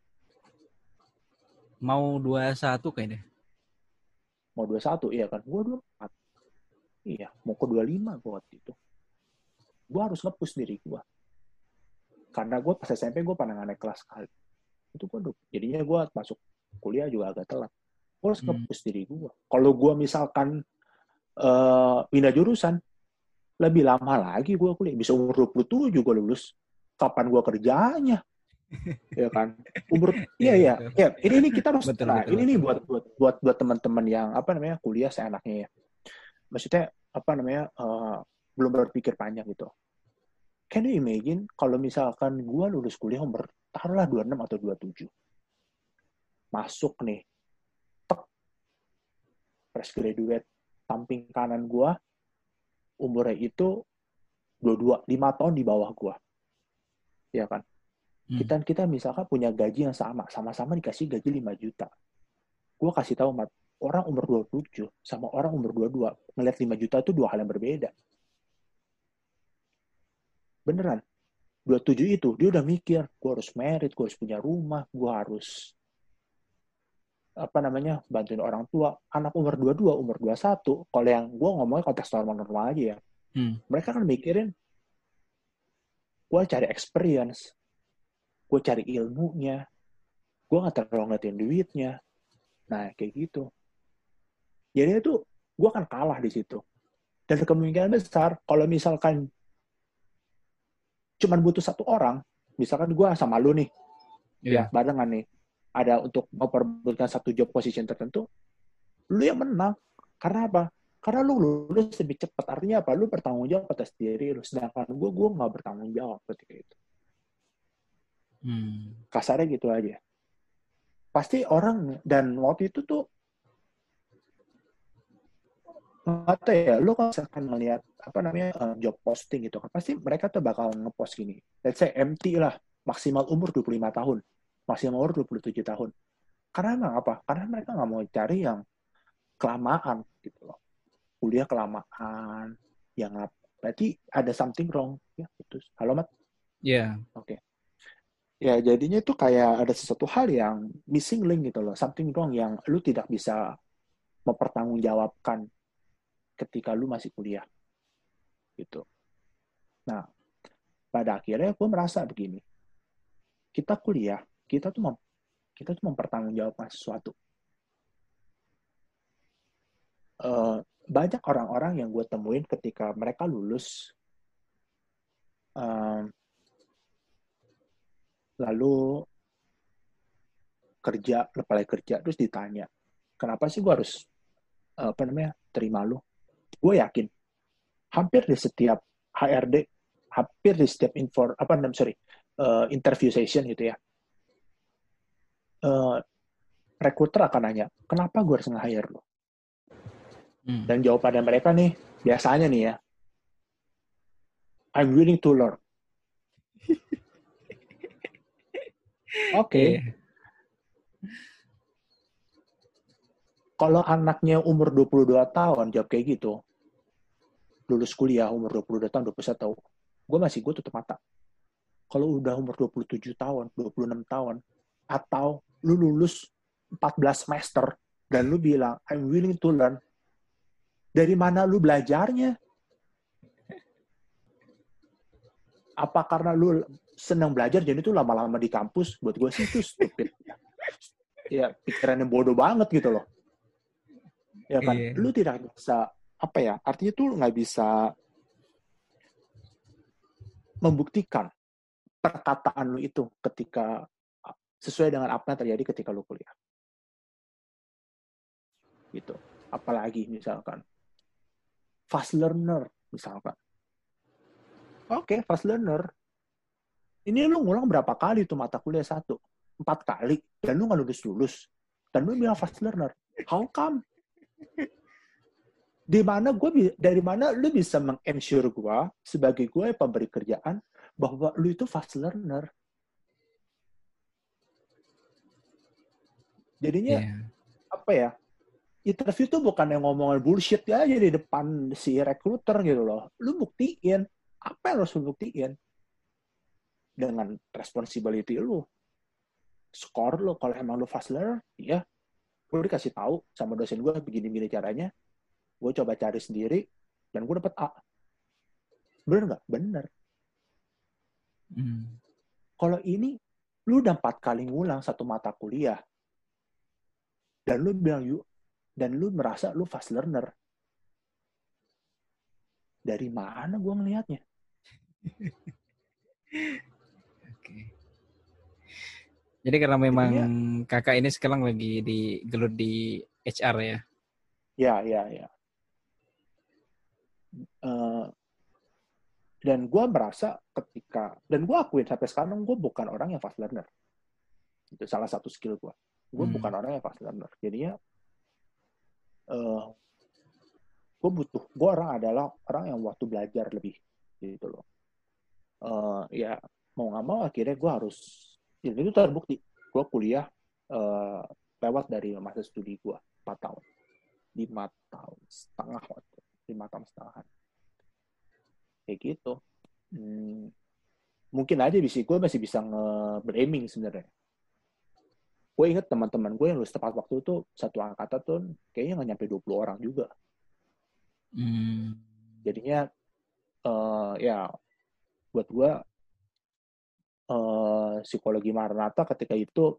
Mau dua puluh satu kayaknya. Mau dua puluh satu, iya kan? Gue dua puluh empat. Iya, mau ke dua puluh lima gue waktu itu. Gue harus nge-push diri gue. Karena gue pas S M P gue pernah naik kelas sekali. Itu gue jadinya gue masuk kuliah juga agak telat. Gue harus hmm. nge-push diri gue. Kalau gue misalkan uh, pindah jurusan, lebih lama lagi gue kuliah. Bisa umur dua puluh tujuh gue lulus. Kapan gue kerjanya? Ya kan? Umur iya ya. Ya, ini ini kita harus betul, nah, betul, ini betul. nih buat buat buat buat teman-teman yang apa namanya kuliah seenaknya ya. Maksudnya apa namanya uh, belum berpikir panjang gitu. Can you imagine kalau misalkan gue lulus kuliah umur taruhlah dua puluh enam atau dua puluh tujuh. Masuk nih. Tek. Fresh graduate. Samping kanan gue umurnya itu dua puluh dua, lima tahun di bawah gue. Ya kan? Hmm. Kita kita misalkan punya gaji yang sama, sama-sama dikasih gaji lima juta. Gue kasih tahu Mat, orang umur dua puluh tujuh sama orang umur dua puluh dua ngeliat lima juta itu dua hal yang berbeda. Beneran. dua puluh tujuh itu dia udah mikir, gue harus merit, gue harus punya rumah, gue harus apa namanya bantuin orang tua. Anak umur dua puluh dua, umur dua puluh satu, kalau yang gue ngomongnya konteks normal-normal aja ya, hmm. mereka kan mikirin gue cari experience, gue cari ilmunya, gue nggak terlalu ngeliatin duitnya. Nah kayak gitu. Jadi itu gue akan kalah di situ. Dan kemungkinan besar kalau misalkan cuman butuh satu orang, misalkan gue sama lu nih, yeah. ya barengan nih, ada untuk memperebutkan satu job position tertentu, lu yang menang. Karena apa? Karena lu lulus lebih cepat. Artinya apa? Lu bertanggung jawab atas diri lu. Sedangkan gue, gue nggak bertanggung jawab ketika itu. Hmm. Kasarnya gitu aja. Pasti orang, dan waktu itu tuh, nggak tahu ya, lu kalau misalkan melihat apa namanya uh, job posting gitu kan, pasti mereka tuh bakal ngepost gini. Let's say M T lah, maksimal umur dua puluh lima tahun, maksimal umur dua puluh tujuh tahun. Karena emang apa? Karena mereka nggak mau cari yang kelamaan gitu loh. Kuliah kelamaan, yang berarti ada something wrong. Ya, gitu. Halo, Mat? Iya. Yeah. Oke. Okay. Ya, jadinya itu kayak ada sesuatu hal yang missing link gitu loh. Something wrong yang lu tidak bisa mempertanggungjawabkan ketika lu masih kuliah. Gitu. Nah, pada akhirnya gue merasa begini. Kita kuliah, kita tuh mem- kita tuh mempertanggungjawabkan sesuatu. Uh, banyak orang-orang yang gue temuin ketika mereka lulus, um, lalu kerja, apply kerja, terus ditanya, kenapa sih gue harus uh, apa namanya terima lu? Gue yakin hampir di setiap H R D, hampir di setiap info apa namanya sorry uh, interview session gitu ya, uh, recruiter akan nanya, kenapa gue harus nge-hire lu? Hmm. Dan jawabannya mereka nih biasanya nih ya, I'm willing to learn. Oke. Okay. Yeah. Kalau anaknya umur dua puluh dua tahun jawab kayak gitu, lulus kuliah umur dua puluh dua tahun, dua puluh satu tahun, gue masih gue tutup mata. Kalau udah umur dua puluh tujuh tahun, dua puluh enam tahun, atau lu lulus empat belas semester, dan lu bilang, I'm willing to learn, dari mana lu belajarnya? Apa karena lu senang belajar, jadi itu lama-lama di kampus? Buat gue sih itu stupid. Ya, pikirannya bodoh banget gitu loh. Ya kan, yeah. Lu tidak bisa, apa ya, artinya tuh nggak bisa membuktikan perkataan lu itu ketika sesuai dengan apa yang terjadi ketika lu kuliah. Gitu. Apalagi misalkan fast learner misalkan. Oke, okay, fast learner. Ini lu ngulang berapa kali tuh mata kuliah satu? Empat kali. Dan lu nggak lulus-lulus. Dan lu bilang fast learner. How come? Di mana gue, dari mana lu bisa meng-ensure gue sebagai gue yang pemberi kerjaan bahwa lu itu fast learner? Jadinya yeah. apa ya? Interview tuh bukan yang ngomongin bullshit ya aja di depan si recruiter gitu loh. Lu buktiin apa yang harus lu buktiin dengan responsibility lu, skor lu. Kalau emang lu fast learner, ya gue dikasih tahu sama dosen gue begini-begini caranya. Gue coba cari sendiri dan gue dapet A. Bener nggak? Bener. Hmm. Kalau ini lu udah empat kali ngulang satu mata kuliah dan lu bilang yuk, dan lu merasa lu fast learner. Dari mana gue ngelihatnya? Oke. Jadi karena memang Jadinya, kakak ini sekarang lagi digelut di H R ya? Ya, ya, ya. Uh, dan gue merasa ketika, dan gue akuin sampai sekarang gue bukan orang yang fast learner. Itu salah satu skill gue. Gue hmm. bukan orang yang fast learner. Jadinya, uh, gue butuh, gue orang adalah orang yang waktu belajar lebih. Gitu loh. Uh, ya, mau nggak mau akhirnya gue harus, ya, itu terbukti. Gue kuliah uh, lewat dari masa studi gue, empat tahun. lima tahun setengah waktu. lima tahun setengah. Kayak gitu. Hmm, mungkin aja bisa gue masih bisa nge-blaming sebenarnya. Gue inget teman-teman gue yang lulus tepat waktu itu satu angkatan tuh kayaknya nggak nyampe dua puluh orang juga. Hmm. Jadinya uh, ya buat gue uh, psikologi Maranatha ketika itu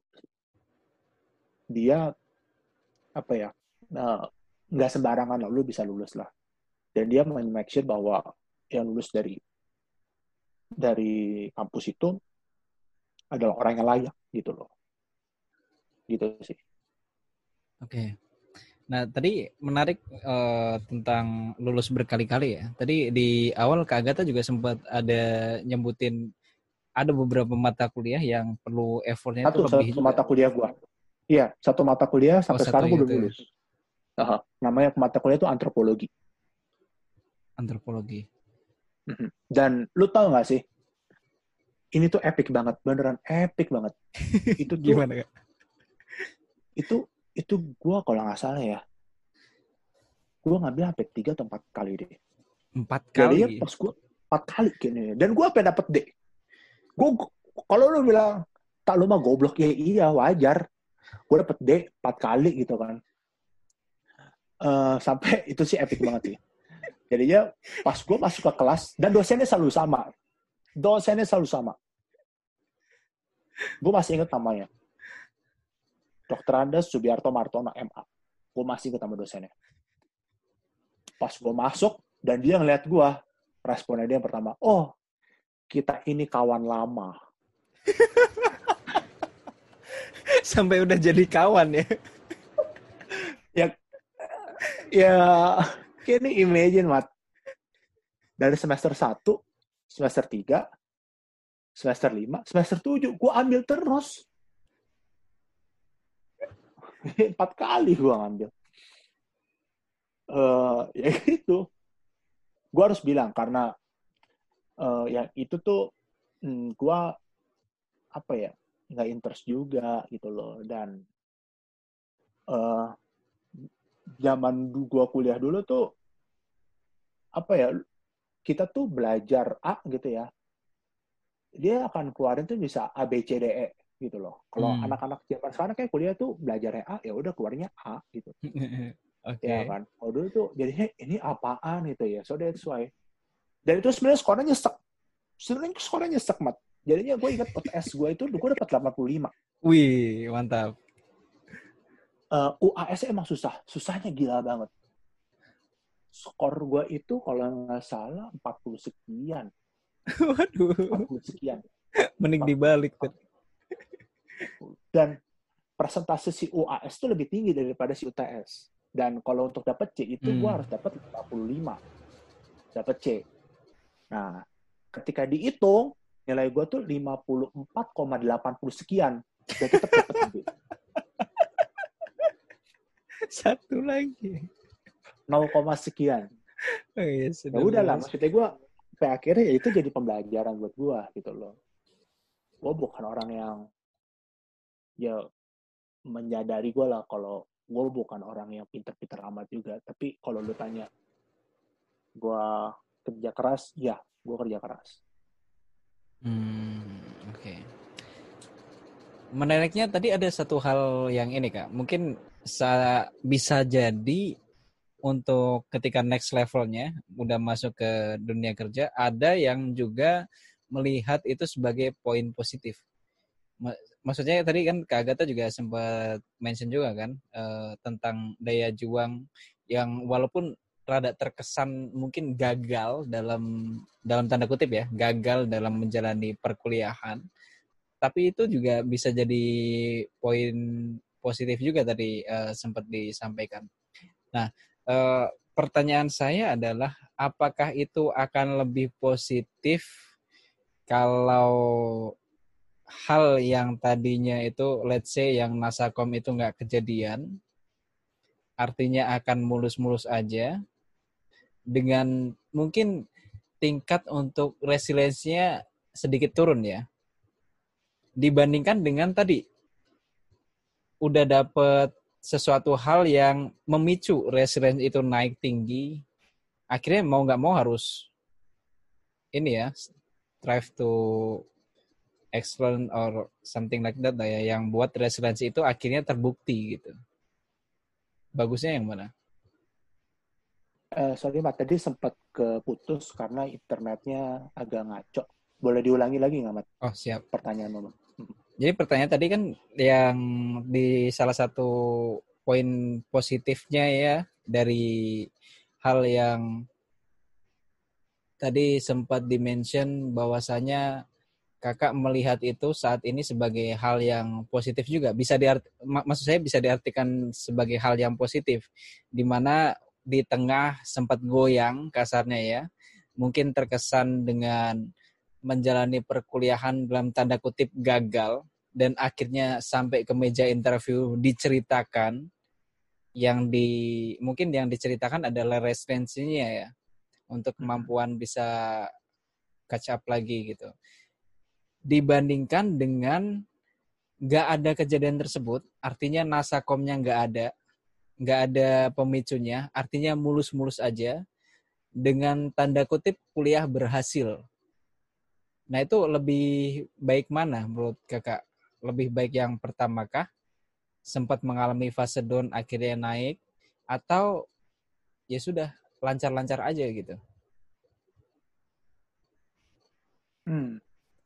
dia apa ya nggak uh, sembarangan lah lu bisa lulus lah. Dan dia make sure bahwa yang lulus dari dari kampus itu adalah orang yang layak gitu loh. Gitu sih. Oke. Okay. Nah, tadi menarik uh, tentang lulus berkali-kali ya. Tadi di awal Kak Agatha juga sempat ada nyebutin ada beberapa mata kuliah yang perlu effortnya itu lebih satu juga. Mata kuliah gua. Iya, satu mata kuliah sampai oh, sekarang gua belum lulus. Uh, namanya mata kuliah itu antropologi. Antropologi. Dan lu tahu nggak sih? Ini tuh epic banget, beneran epic banget. Itu tuh gimana Kak? Itu itu gue kalau nggak salah ya, gue ngambil sampai tiga atau empat kali deh. Empat kali? Jadi pas gue empat kali kayaknya. Dan gue sampai dapet D. Gue kalau lu bilang tak lu mah goblok ya iya wajar. Gue dapet D empat kali gitu kan. Uh, sampai itu sih epic banget sih. Jadinya pas gue masuk ke kelas dan dosennya selalu sama. Dosennya selalu sama. Gue masih inget namanya. dokter Andes Subiarto Martono M A. Gue masih inget sama dosennya. Pas gue masuk, dan dia ngeliat gue, responnya dia yang pertama, oh, kita ini kawan lama. Sampai udah jadi kawan ya? ya, ya, kini imagine, Mat. Dari semester satu, semester tiga, semester lima, semester tujuh, gue ambil terus. Empat kali gue ngambil. Uh, ya gitu. Gue harus bilang, karena uh, yang itu tuh hmm, gue apa ya, nggak interest juga gitu loh. Dan uh, zaman gue kuliah dulu tuh apa ya, kita tuh belajar A gitu ya, dia akan keluarin tuh bisa A, B, C, D, E gitu loh. Kalau hmm. anak-anak zaman sekarang kayak kuliah tuh belajarnya A, ya udah keluarnya A gitu. Oke. Okay. Ya kan. Kalau dulu tuh jadinya ini apaan gitu ya. So that's why. Dan itu sebenarnya skornya nyesek. Sebenarnya skornya nyesek, Mat. Jadinya gue ingat U T S gue itu gue dapat delapan puluh lima. Wih, mantap. Uh, U A S emang susah. Susahnya gila banget. Skor gue itu kalau nggak salah empat puluh sekian. Waduh. empat puluh sekian. Mending dibalik tuh. Dan persentase si U A S itu lebih tinggi daripada si U T S. Dan kalau untuk dapat C itu hmm. gue harus dapat lima puluh lima. Dapat C. Nah, ketika dihitung, nilai gue tuh lima puluh empat koma delapan puluh sekian. Dan tetap dapat B. Satu lagi. nol, sekian. Oh, iya, ya udahlah, maksudnya gue sampai akhirnya ya itu jadi pembelajaran buat gue gitu loh. Gue bukan orang yang ya menyadari gue lah kalau gue bukan orang yang pinter-pinter amat juga. Tapi kalau lu tanya gue kerja keras, ya gue kerja keras. Hmm, oke. Okay. Menariknya tadi ada satu hal yang ini Kak, mungkin sa- bisa jadi untuk ketika next levelnya udah masuk ke dunia kerja, ada yang juga melihat itu sebagai poin positif. Maksudnya tadi kan Kak Agatha juga sempat mention juga kan uh, tentang daya juang yang walaupun rada terkesan mungkin gagal dalam dalam tanda kutip ya, gagal dalam menjalani perkuliahan. Tapi itu juga bisa jadi poin positif juga tadi uh, sempat disampaikan. Nah, uh, pertanyaan saya adalah apakah itu akan lebih positif kalau hal yang tadinya itu let's say yang Nasakom itu nggak kejadian, artinya akan mulus-mulus aja, dengan mungkin tingkat untuk resiliensinya sedikit turun ya, dibandingkan dengan tadi udah dapet sesuatu hal yang memicu resiliensi itu naik tinggi, akhirnya mau nggak mau harus ini ya, strive to excellent or something like that ya, yang buat resiliensi itu akhirnya terbukti gitu. Bagusnya yang mana? Eh, sorry Mat, tadi sempat keputus karena internetnya agak ngaco. Boleh diulangi lagi nggak Mat? Oh siap. Pertanyaan Mama. Jadi pertanyaan tadi kan yang di salah satu poin positifnya ya dari hal yang tadi sempat dimention bahwasanya Kakak melihat itu saat ini sebagai hal yang positif juga. Bisa diart- mak- maksud saya bisa diartikan sebagai hal yang positif, di mana di tengah sempat goyang kasarnya ya, mungkin terkesan dengan menjalani perkuliahan dalam tanda kutip gagal, dan akhirnya sampai ke meja interview diceritakan, yang di mungkin yang diceritakan adalah resiliensinya ya, untuk kemampuan bisa catch up lagi gitu. Dibandingkan dengan nggak ada kejadian tersebut, artinya Nasakomnya nggak ada, nggak ada pemicunya, artinya mulus-mulus aja, dengan tanda kutip kuliah berhasil. Nah itu lebih baik mana menurut Kakak? Lebih baik yang pertama kah? Sempat mengalami fase down akhirnya naik, atau ya sudah lancar-lancar aja gitu? Hmm.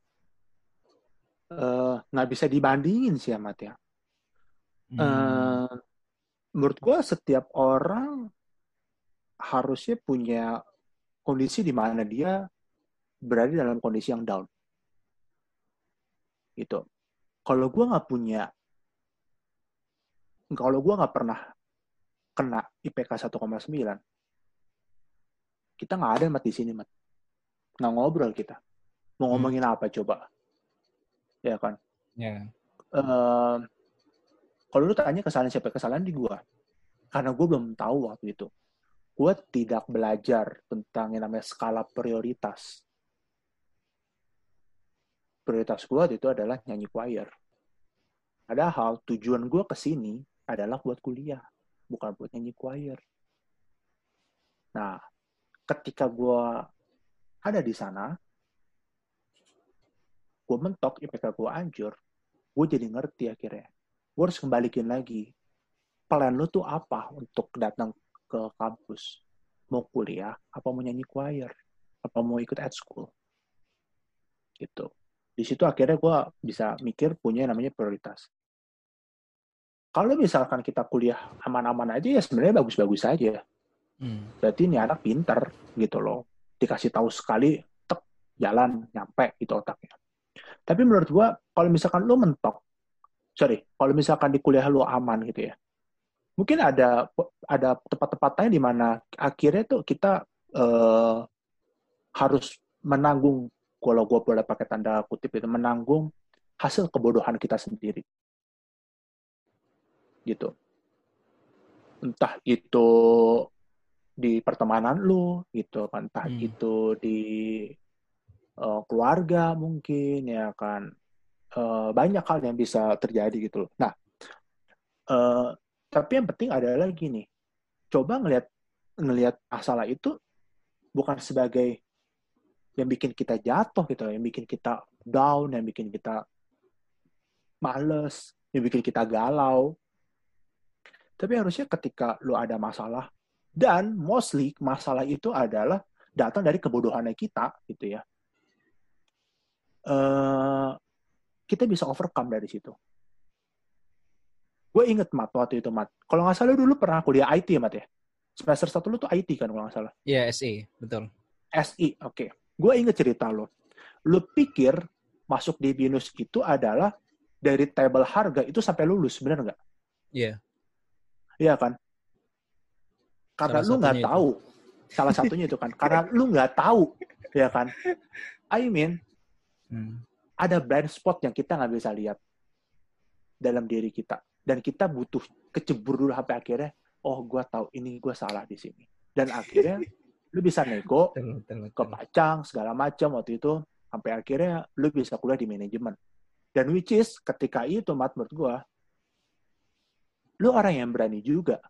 Uh, nggak bisa dibandingin sih amat ya. Hmm. Uh, menurut gue setiap orang harusnya punya kondisi di mana dia berada dalam kondisi yang down. Gitu. Kalau gue nggak punya, kalau gue nggak pernah kena I P K satu koma sembilan, kita nggak ada Mat di sini Mat. Nggak ngobrol kita. Mau ngomongin hmm. apa coba? Ya kan? Ya. Yeah. Uh, kalau lu tanya kesalahan siapa, kesalahan di gue. Karena gue belum tahu waktu itu. Gue tidak belajar tentang yang namanya skala prioritas. Prioritas gue itu adalah nyanyi choir. Padahal tujuan gue ke sini adalah buat kuliah, bukan buat nyanyi choir. Nah, ketika gue ada di sana, gue mentok, I P K gue hancur, gue jadi ngerti akhirnya. Gue harus kembalikin lagi. Plan lu tuh apa untuk datang ke kampus? Mau kuliah, apa mau nyanyi choir? Apa mau ikut ed school? Gitu. Di situ akhirnya gue bisa mikir punya yang namanya prioritas. Kalau misalkan kita kuliah aman-aman aja ya sebenarnya bagus-bagus aja. Hmm. Berarti ini anak pinter gitu loh. Dikasih tahu sekali, tek, jalan, nyampe gitu otaknya. Tapi menurut gue, kalau misalkan lu mentok, sorry, kalau misalkan di kuliah lu aman gitu ya, mungkin ada ada tempat-tempat lain di mana akhirnya tuh kita uh, harus menanggung, kalau gue boleh pakai tanda kutip itu, menanggung hasil kebodohan kita sendiri. Gitu. Entah itu di pertemanan lu, gitu kan, entah hmm. itu di uh, keluarga mungkin, ya kan. Uh, banyak hal yang bisa terjadi gitu loh. Nah, uh, tapi yang penting adalah gini, coba ngelihat ngelihat masalah itu bukan sebagai yang bikin kita jatuh gitu, yang bikin kita down, yang bikin kita males, yang bikin kita galau. Tapi harusnya ketika lu ada masalah, dan mostly masalah itu adalah datang dari kebodohannya kita gitu ya, uh, kita bisa overcome dari situ. Gue inget, Mat, waktu itu, Mat. Kalau nggak salah dulu pernah kuliah I T ya, Mat ya? Semester satu lu tuh I T kan kalau nggak salah? Iya, yeah, S I, betul. S I, oke. Okay. Gue inget cerita lo. Lu pikir masuk di BINUS itu adalah dari tabel harga itu sampai lulus, benar nggak? Iya. Yeah. Iya kan? Karena salah lu nggak tahu. Salah satunya itu kan. Karena lu nggak tahu, ya kan? I mean, hmm. ada blind spot yang kita nggak bisa lihat dalam diri kita. Dan kita butuh kecebur dulu sampai akhirnya, oh gue tahu ini gue salah di sini. Dan akhirnya lu bisa nego ke Pacang segala macam waktu itu sampai akhirnya lu bisa kuliah di manajemen. Dan which is ketika itu, Mat, menurut gue, lu orang yang berani juga.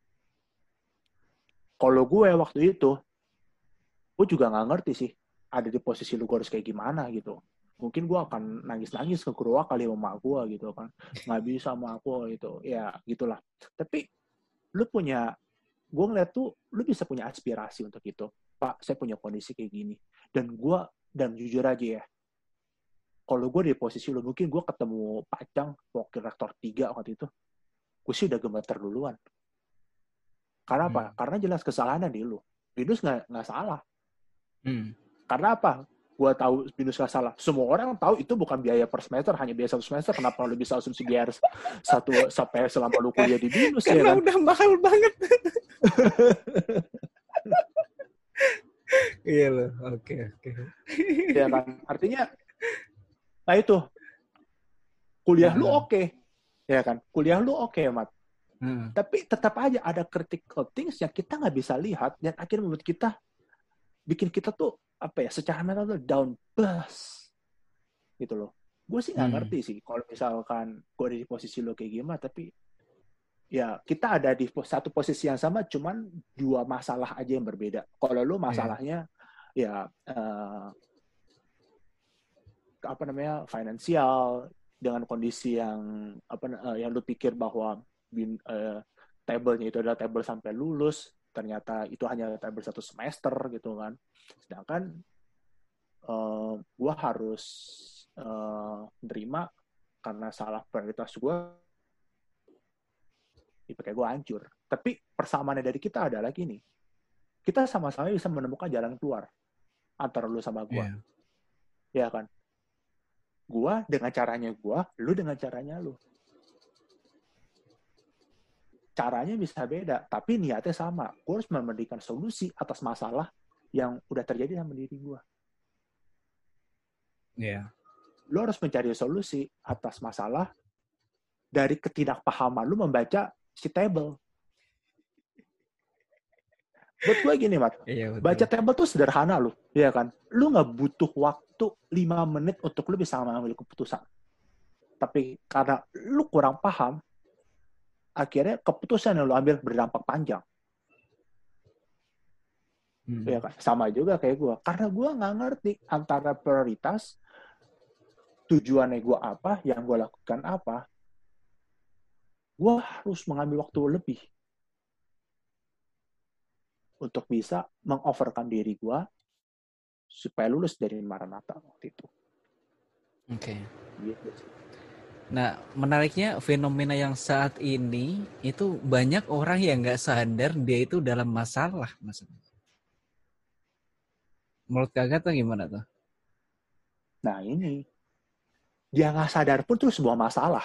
Kalau gue waktu itu, gue juga nggak ngerti sih ada di posisi lu gue harus kayak gimana gitu. Mungkin gue akan nangis-nangis ke Kurwa kali sama mak gue gitu kan. Nggak bisa sama aku gitu. Ya gitulah. Tapi lu punya, gue ngeliat tuh lu bisa punya aspirasi untuk itu. Pak, saya punya kondisi kayak gini. Dan gue, dan jujur aja ya, kalau gue di posisi lu, mungkin gue ketemu Pacang, wakil rektor tiga waktu itu, gue sih udah gemeter duluan. Karena apa? Hmm. Karena jelas kesalahannya di lu. BINUS nggak nggak salah. Hmm. Karena apa? Gue tahu BINUS nggak salah. Semua orang tahu itu bukan biaya per semester, hanya biaya satu semester. Kenapa lu bisa asumsi biaya satu sampai selama lu kuliah di BINUS? Karena ya kan? Udah mahal banget. Iya loh. Oke oke. Ya kan? Artinya, nah itu kuliah nah. lu oke, okay. ya kan? Kuliah lu oke, okay, Mat. Hmm. Tapi tetap aja ada critical things yang kita nggak bisa lihat dan akhirnya membuat kita, bikin kita tuh apa ya, secara mental tuh down bus gitu loh. Gue sih nggak hmm. ngerti sih kalau misalkan gue ada di posisi lo kayak gimana, tapi ya kita ada di satu posisi yang sama, cuman dua masalah aja yang berbeda. Kalau lo masalahnya yeah. ya uh, apa namanya finansial, dengan kondisi yang apa uh, yang lo pikir bahwa bin, uh, table-nya itu adalah table sampai lulus, ternyata itu hanya table satu semester gitu kan. Sedangkan uh, gue harus uh, nerima karena salah prioritas gue, I P K gue hancur. Tapi persamaannya dari kita adalah gini, kita sama-sama bisa menemukan jalan keluar antara lu sama gue. Yeah. Ya kan? Gue dengan caranya gue, lu dengan caranya lu. Caranya bisa beda, tapi niatnya sama. Gue harus memberikan solusi atas masalah yang udah terjadi sama diri gue. Iya. Yeah. Lu harus mencari solusi atas masalah dari ketidakpahaman lu membaca si table. Buat gue gini, Mat. Iya, baca table tuh sederhana lu, ya kan? Lu nggak butuh waktu lima menit untuk lu bisa mengambil keputusan. Tapi karena lu kurang paham, akhirnya keputusan yang lu ambil berdampak panjang. Hmm. Ya kan? Sama juga kayak gue. Karena gue nggak ngerti antara prioritas, tujuannya gue apa, yang gue lakukan apa. Gue harus mengambil waktu lebih untuk bisa mengoverkan diri gue supaya lulus dari Maranatha waktu itu. Oke. Okay. Gitu. Nah, menariknya fenomena yang saat ini itu banyak orang yang nggak sadar dia itu dalam masalah, Mas. Menurut Kakak tuh gimana tuh? Nah ini, dia nggak sadar pun itu sebuah masalah.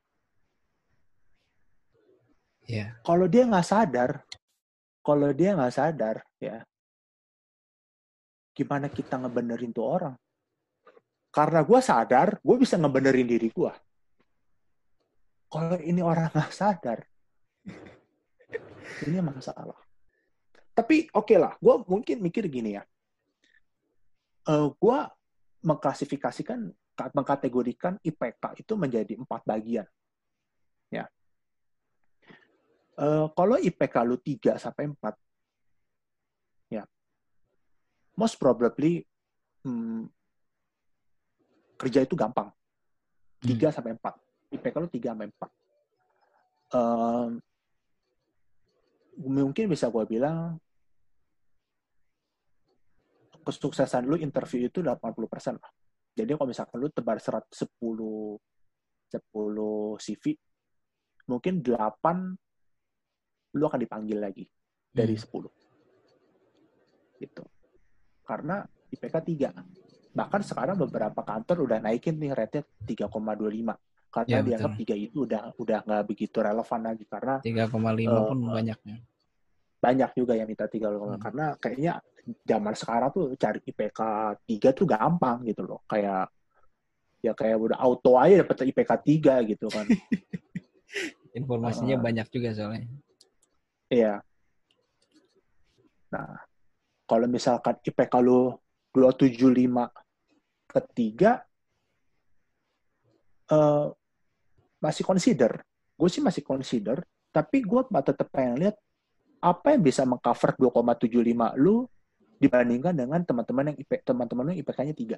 Yeah. Kalau dia nggak sadar, kalau dia nggak sadar, ya, gimana kita ngebenerin tuh orang? Karena gue sadar, gue bisa ngebenerin diri gue. Kalau ini orang nggak sadar, ini masalah. Tapi oke okay lah, gue mungkin mikir gini ya. Uh, gue mengklasifikasikan, mengkategorikan I P K itu menjadi empat bagian. Ya. Uh, kalau I P K lu tiga sampai empat, ya, most probably hmm, kerja itu gampang. tiga sampai empat. I P K lu tiga sampai empat. Uh, mungkin bisa gue bilang kesuksesan lu interview itu delapan puluh persen lah. Jadi kalau misalkan lu tebar seratus sepuluh C V, mungkin delapan lu akan dipanggil lagi dari hmm. sepuluh. Gitu. Karena I P K tiga. Bahkan sekarang beberapa kantor udah naikin nih rate-nya tiga koma dua lima. Karena ya, dianggap tiga itu udah udah nggak begitu relevan lagi. Karena tiga koma lima uh, pun banyaknya. Banyak juga yang minta tiga koma lima. Hmm. Karena kayaknya zaman sekarang tuh cari I P K tiga tuh gampang gitu loh. Kayak ya kayak udah auto aja dapet I P K tiga gitu kan. Informasinya uh, banyak juga soalnya. Iya. Nah, kalau misalkan I P K lu dua tujuh lima ke tiga, uh, masih consider. Gue sih masih consider, tapi gue tetap pengen lihat apa yang bisa mengcover dua koma tujuh lima lu dibandingkan dengan teman-teman yang I P teman-teman yang I P K-nya tiga.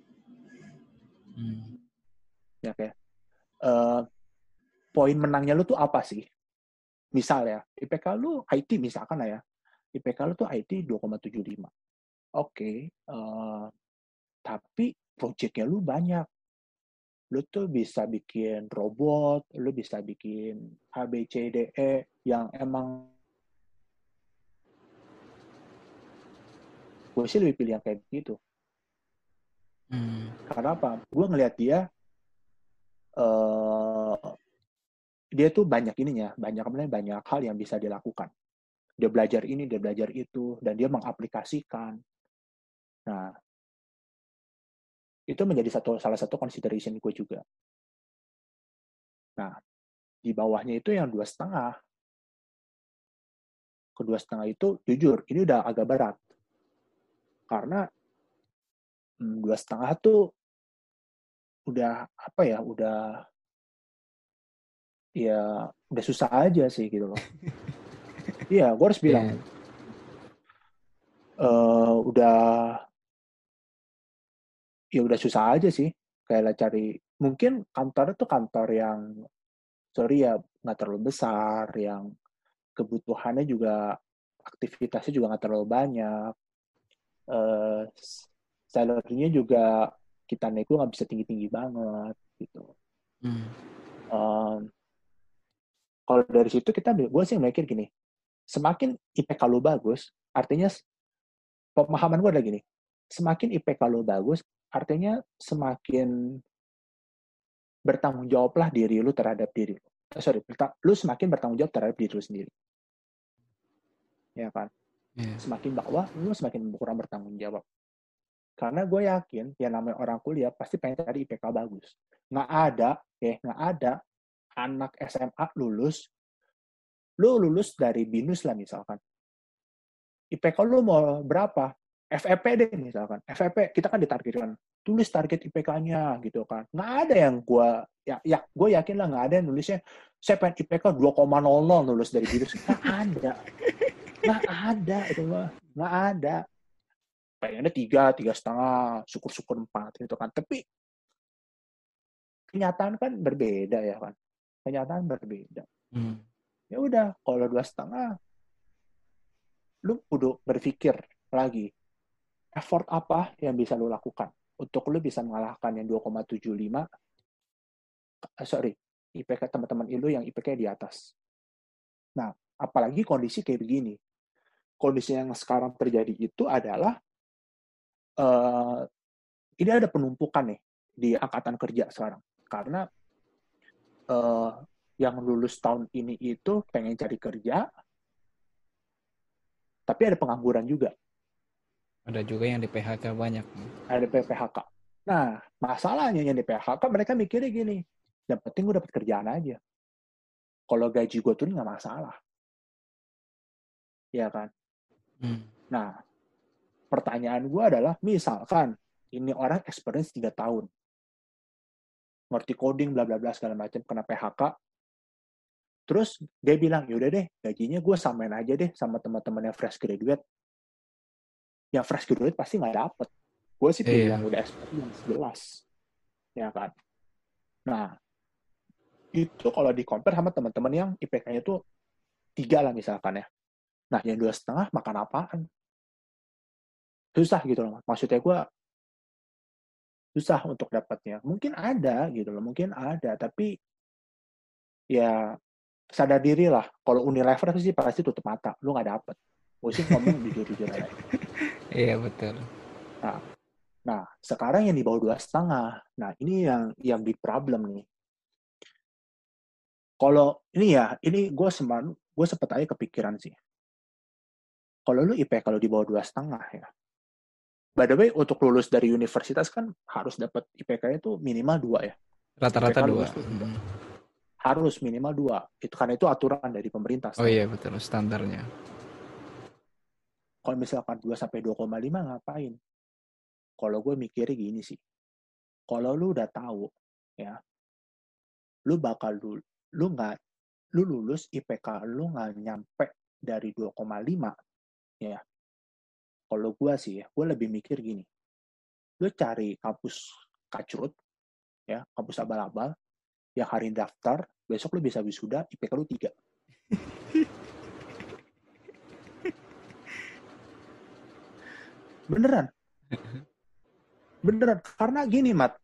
Hmm. Ya kayak uh, poin menangnya lu tuh apa sih? Misal ya, I P K lu I T misalkan lah ya. I P K lu tuh I T dua koma tujuh lima. Oke, okay, uh, tapi project-nya lu banyak. Lu tuh bisa bikin robot, lu bisa bikin A B C D E yang emang gue sih lebih pilih yang kayak gitu. Hmm. Karena apa? Gue ngelihat dia uh, dia tuh banyak ininya, banyak banyak hal yang bisa dilakukan. Dia belajar ini, dia belajar itu, dan dia mengaplikasikan. Nah, itu menjadi satu salah satu consideration gue juga. Nah, di bawahnya itu yang dua setengah. Kedua setengah itu jujur, ini udah agak berat. Karena hmm, dua setengah tuh udah apa ya, udah ya udah susah aja sih gitu loh. Iya, gue harus bilang yeah. uh, udah ya udah susah aja sih. Kayak cari mungkin kantornya tuh kantor yang sorry ya nggak terlalu besar, yang kebutuhannya juga aktivitasnya juga nggak terlalu banyak. Uh, salary-nya juga kita nego nggak bisa tinggi-tinggi banget gitu. Hmm. Um, kalau dari situ kita, gue sih mikir gini, semakin I P K lu bagus, artinya pemahaman gue adalah gini, semakin I P K lu bagus, artinya semakin bertanggung jawablah diri lu terhadap diri lu. Eh, sorry, lu semakin bertanggung jawab terhadap diri lu sendiri. Ya kan? Yeah. Semakin bawah, lu semakin kurang bertanggung jawab. Karena gue yakin, yang namanya orang kuliah pasti pengen cari I P K bagus. Nggak ada, ya, nggak ada anak S M A lulus, lu lulus dari BINUS lah misalkan. I P K lu mau berapa? F E P deh misalkan. F E P, kita kan ditargetkan. Tulis target I P K-nya gitu kan. Nggak ada yang gue, ya, ya gue yakin lah nggak ada yang nulisnya, saya pengen I P K dua koma nol nol lulus dari BINUS. Nggak ada. Nggak ada itu mah, nggak ada. Pengennya tiga, tiga setengah, syukur-syukur empat gitu kan. Tapi kenyataan kan berbeda ya kan. Kenyataan berbeda. Hmm. Ya udah, kalau dua setengah, lu kudu berpikir lagi, effort apa yang bisa lu lakukan untuk lu bisa mengalahkan yang dua koma tujuh lima, uh, sorry, I P K teman-teman lu yang I P K di atas. Nah, apalagi kondisi kayak begini. Kondisi yang sekarang terjadi itu adalah uh, ini ada penumpukan nih di angkatan kerja sekarang. Karena uh, yang lulus tahun ini itu pengen cari kerja, tapi ada pengangguran juga. Ada juga yang di P H K banyak. Ada P H K. Nah, masalahnya yang di P H K mereka mikirnya gini, yang penting gue dapat kerjaan aja. Kalau gaji gue tuh nggak masalah. Ya kan? Hmm. Nah, pertanyaan gue adalah, misalkan ini orang experience tiga tahun, ngerti coding, bla bla bla segala macam, kena P H K, terus dia bilang, yaudah deh, gajinya gue samain aja deh sama teman-teman yang fresh graduate. Yang fresh graduate pasti nggak dapet. Gue sih pilih yeah. yang udah experience, jelas. Ya kan? Nah, itu kalau di-compare sama teman-teman yang I P K-nya tuh tiga lah misalkan ya. Nah, yang dua setengah makan apaan? Susah gitu loh. Maksudnya gue susah untuk dapatnya. Mungkin ada gitu loh, mungkin ada, tapi ya sadar diri lah. Kalau Unilever sih pasti tutup mata, lu nggak dapet. Gue sih ngomong jujur-jujur aja. Iya betul. Nah, nah sekarang yang di bawah dua setengah, nah ini yang yang big problem nih. Kalau ini ya, ini gue seman, gue sempet aja kepikiran sih. Kalau lu I P kalau di bawah dua setengah ya. By the way, untuk lulus dari universitas kan harus dapat I P K-nya itu minimal dua ya. Rata-rata dua. Hmm. Harus minimal dua. Itu karena itu aturan dari pemerintah. Oh iya betul, standarnya. Kalau misalkan dua sampai dua koma lima ngapain? Kalau gue mikirnya gini sih. Kalau lu udah tahu ya, lu bakal lu lu nggak lu lulus I P K lu nggak nyampe dari dua koma lima ya. Kalau gue sih ya, gue lebih mikir gini. Lu cari kampus kacrut ya, kampus abal-abal yang hari daftar, besok lu bisa wisuda, I P K lu tiga. Beneran. Beneran. Karena gini, Mat.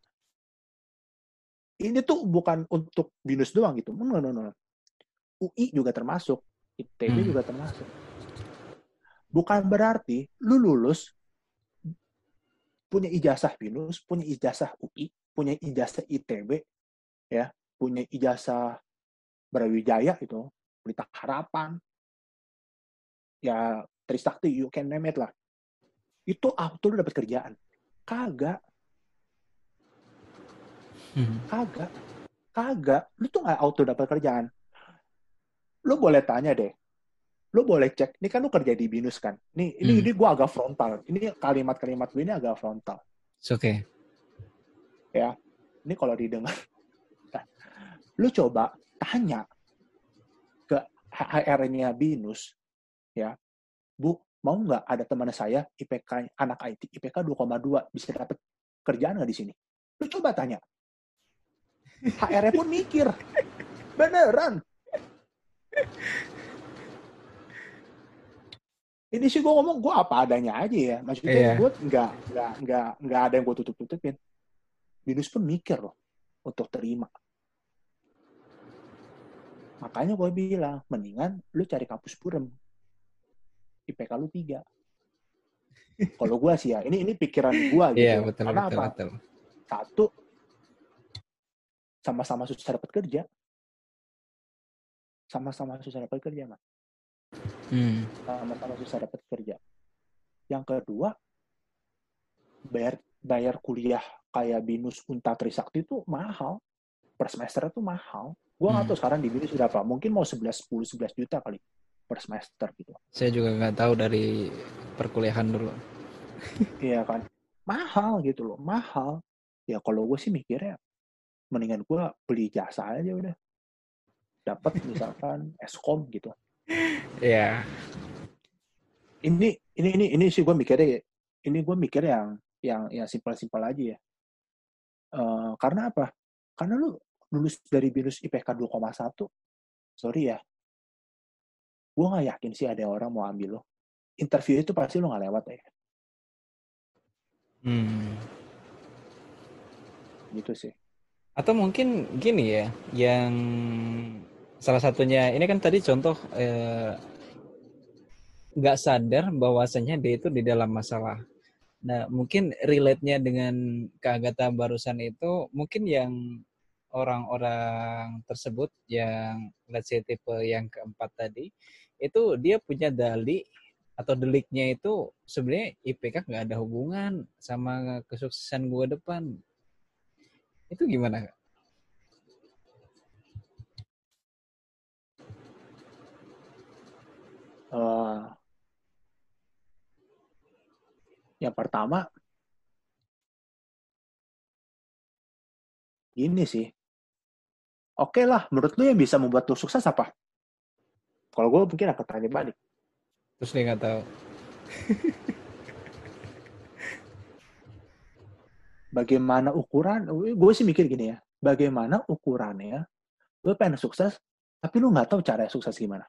Ini tuh bukan untuk binus doang gitu. No, no, no. U I juga termasuk. I T B hmm. juga termasuk. Bukan berarti lu lulus punya ijazah binus, punya ijazah U I, punya ijazah I T B, ya, punya ijazah Brawijaya itu, Pelita Harapan, ya Trisakti, you can name it lah. Itu auto lu dapat kerjaan. Kagak. Hmm. Kagak. Kagak. Lu tuh nggak auto dapat kerjaan. Lu boleh tanya deh. Lu boleh cek. Ini kan lu kerja di binus kan. Ini ini hmm. ini gue agak frontal. Ini kalimat-kalimat gue ini agak frontal. It's okay. Ya. Ini kalau didengar. Lu coba tanya ke H R-nya binus. Ya. Bu, mau nggak ada teman saya I P K anak I T I P K dua koma dua bisa dapat kerjaan nggak di sini? Lu coba tanya. H R-nya pun mikir. Beneran. Ini sih gue ngomong gue apa adanya aja ya. Maksudnya yeah. gue nggak nggak nggak nggak ada yang gue tutup-tutupin. Binus pun mikir loh untuk terima. Makanya gue bilang mendingan lu cari kampus Purem. I P K lu tiga. Kalau gue sih ya, ini ini pikiran gue gitu. Iya, betul, karena betul, apa? Betul. Satu, sama-sama susah dapat kerja. Sama-sama susah dapat kerja, Mas. Hmm. Sama-sama susah dapat kerja. Yang kedua, bayar bayar kuliah kayak binus Unta Trisakti itu mahal. Per semester itu mahal. Gue nggak hmm. tahu sekarang di binus sudah apa. Mungkin mau sebelas, sepuluh, sebelas juta kali per semester gitu. Saya juga nggak tahu dari perkuliahan dulu. Iya kan. Mahal gitu loh. Mahal. Ya kalau gue sih mikirnya mendingan gue beli jasa aja udah. Dapat misalkan Eskom gitu. Iya. Ini ini ini ini sih gue mikirnya, ini gue mikir yang yang yang simpel-simpel aja ya. Uh, karena apa? Karena lu lulus dari binus I P K dua koma satu, sorry ya, gue nggak yakin sih ada orang mau ambil lo. Interview itu pasti lo nggak lewat ya. Hmm. Gitu sih. Atau mungkin gini ya, yang salah satunya ini kan tadi contoh eh, nggak sadar bahwasanya dia itu di dalam masalah. Nah, mungkin relate-nya dengan Kak Agatha barusan itu mungkin yang orang-orang tersebut yang let's say tipe yang keempat tadi itu dia punya dalih atau deliknya itu sebenarnya I P K nggak ada hubungan sama kesuksesan gua depan. Itu gimana, Kak? Uh, yang pertama, gini sih. Oke okay lah, menurut lu yang bisa membuat lu sukses apa? Kalau gue mungkin akan tanya balik. Terus dia nggak tahu. Bagaimana ukuran? Gue sih mikir gini ya. Bagaimana ukurannya? Lu pengen sukses, tapi lu nggak tahu cara sukses gimana.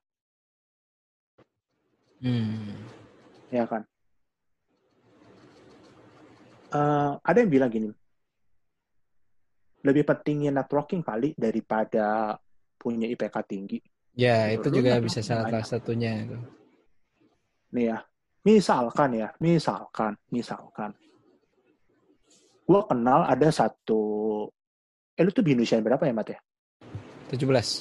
Hmm. Ya kan? Uh, ada yang bilang gini, lebih pentingnya networking kali daripada punya I P K tinggi. Ya, Gitu. itu Lu juga bisa networking salah banyak. satunya. Nih ya, misalkan ya, misalkan, misalkan. Gue kenal ada satu, eh lu tuh binusian berapa ya, Mat ya? tujuh belas.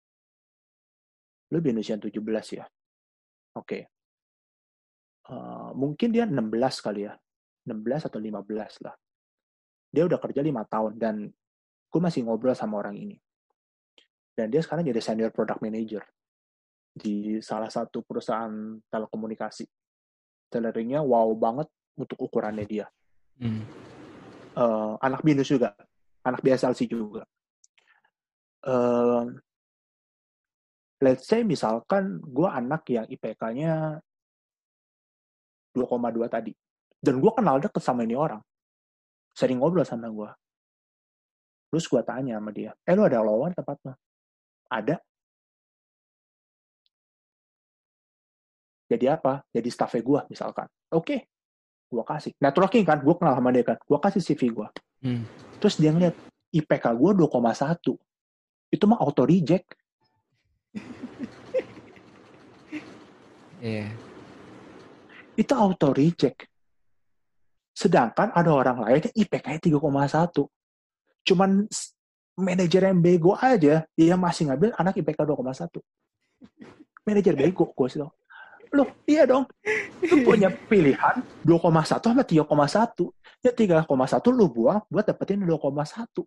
Lu binusian tujuh belas ya? Oke. Okay. Uh, mungkin dia enam belas kali ya. enam belas atau lima belas lah. Dia udah kerja lima tahun dan gue masih ngobrol sama orang ini. Dan dia sekarang jadi senior product manager di salah satu perusahaan telekomunikasi. Salary-nya wow banget untuk ukurannya dia. Hmm. Uh, anak binus juga, anak B S L C juga. Uh, let's say misalkan gue anak yang I P K-nya dua koma dua tadi. Dan gue kenal deket sama ini orang. Sering ngobrol sama gue. Terus gue tanya sama dia, eh lu ada lowongan tempat lo? Ada. Jadi apa? Jadi staffnya gue misalkan. Oke, okay. Gue kasih. Networking kan, gue kenal sama dia kan. Gue kasih C V gue. Hmm. Terus dia ngeliat, I P K gue dua koma satu. Itu mah auto reject. Iya. Yeah. Itu auto reject. Sedangkan ada orang lain yang I P K-nya tiga koma satu. Cuman manajer yang bego aja, dia masih ngambil anak I P K dua koma satu. Manajer bego, gue sih. Loh, iya dong. Lu punya pilihan dua koma satu sama tiga koma satu. Ya tiga koma satu lu buang buat dapetin dua koma satu.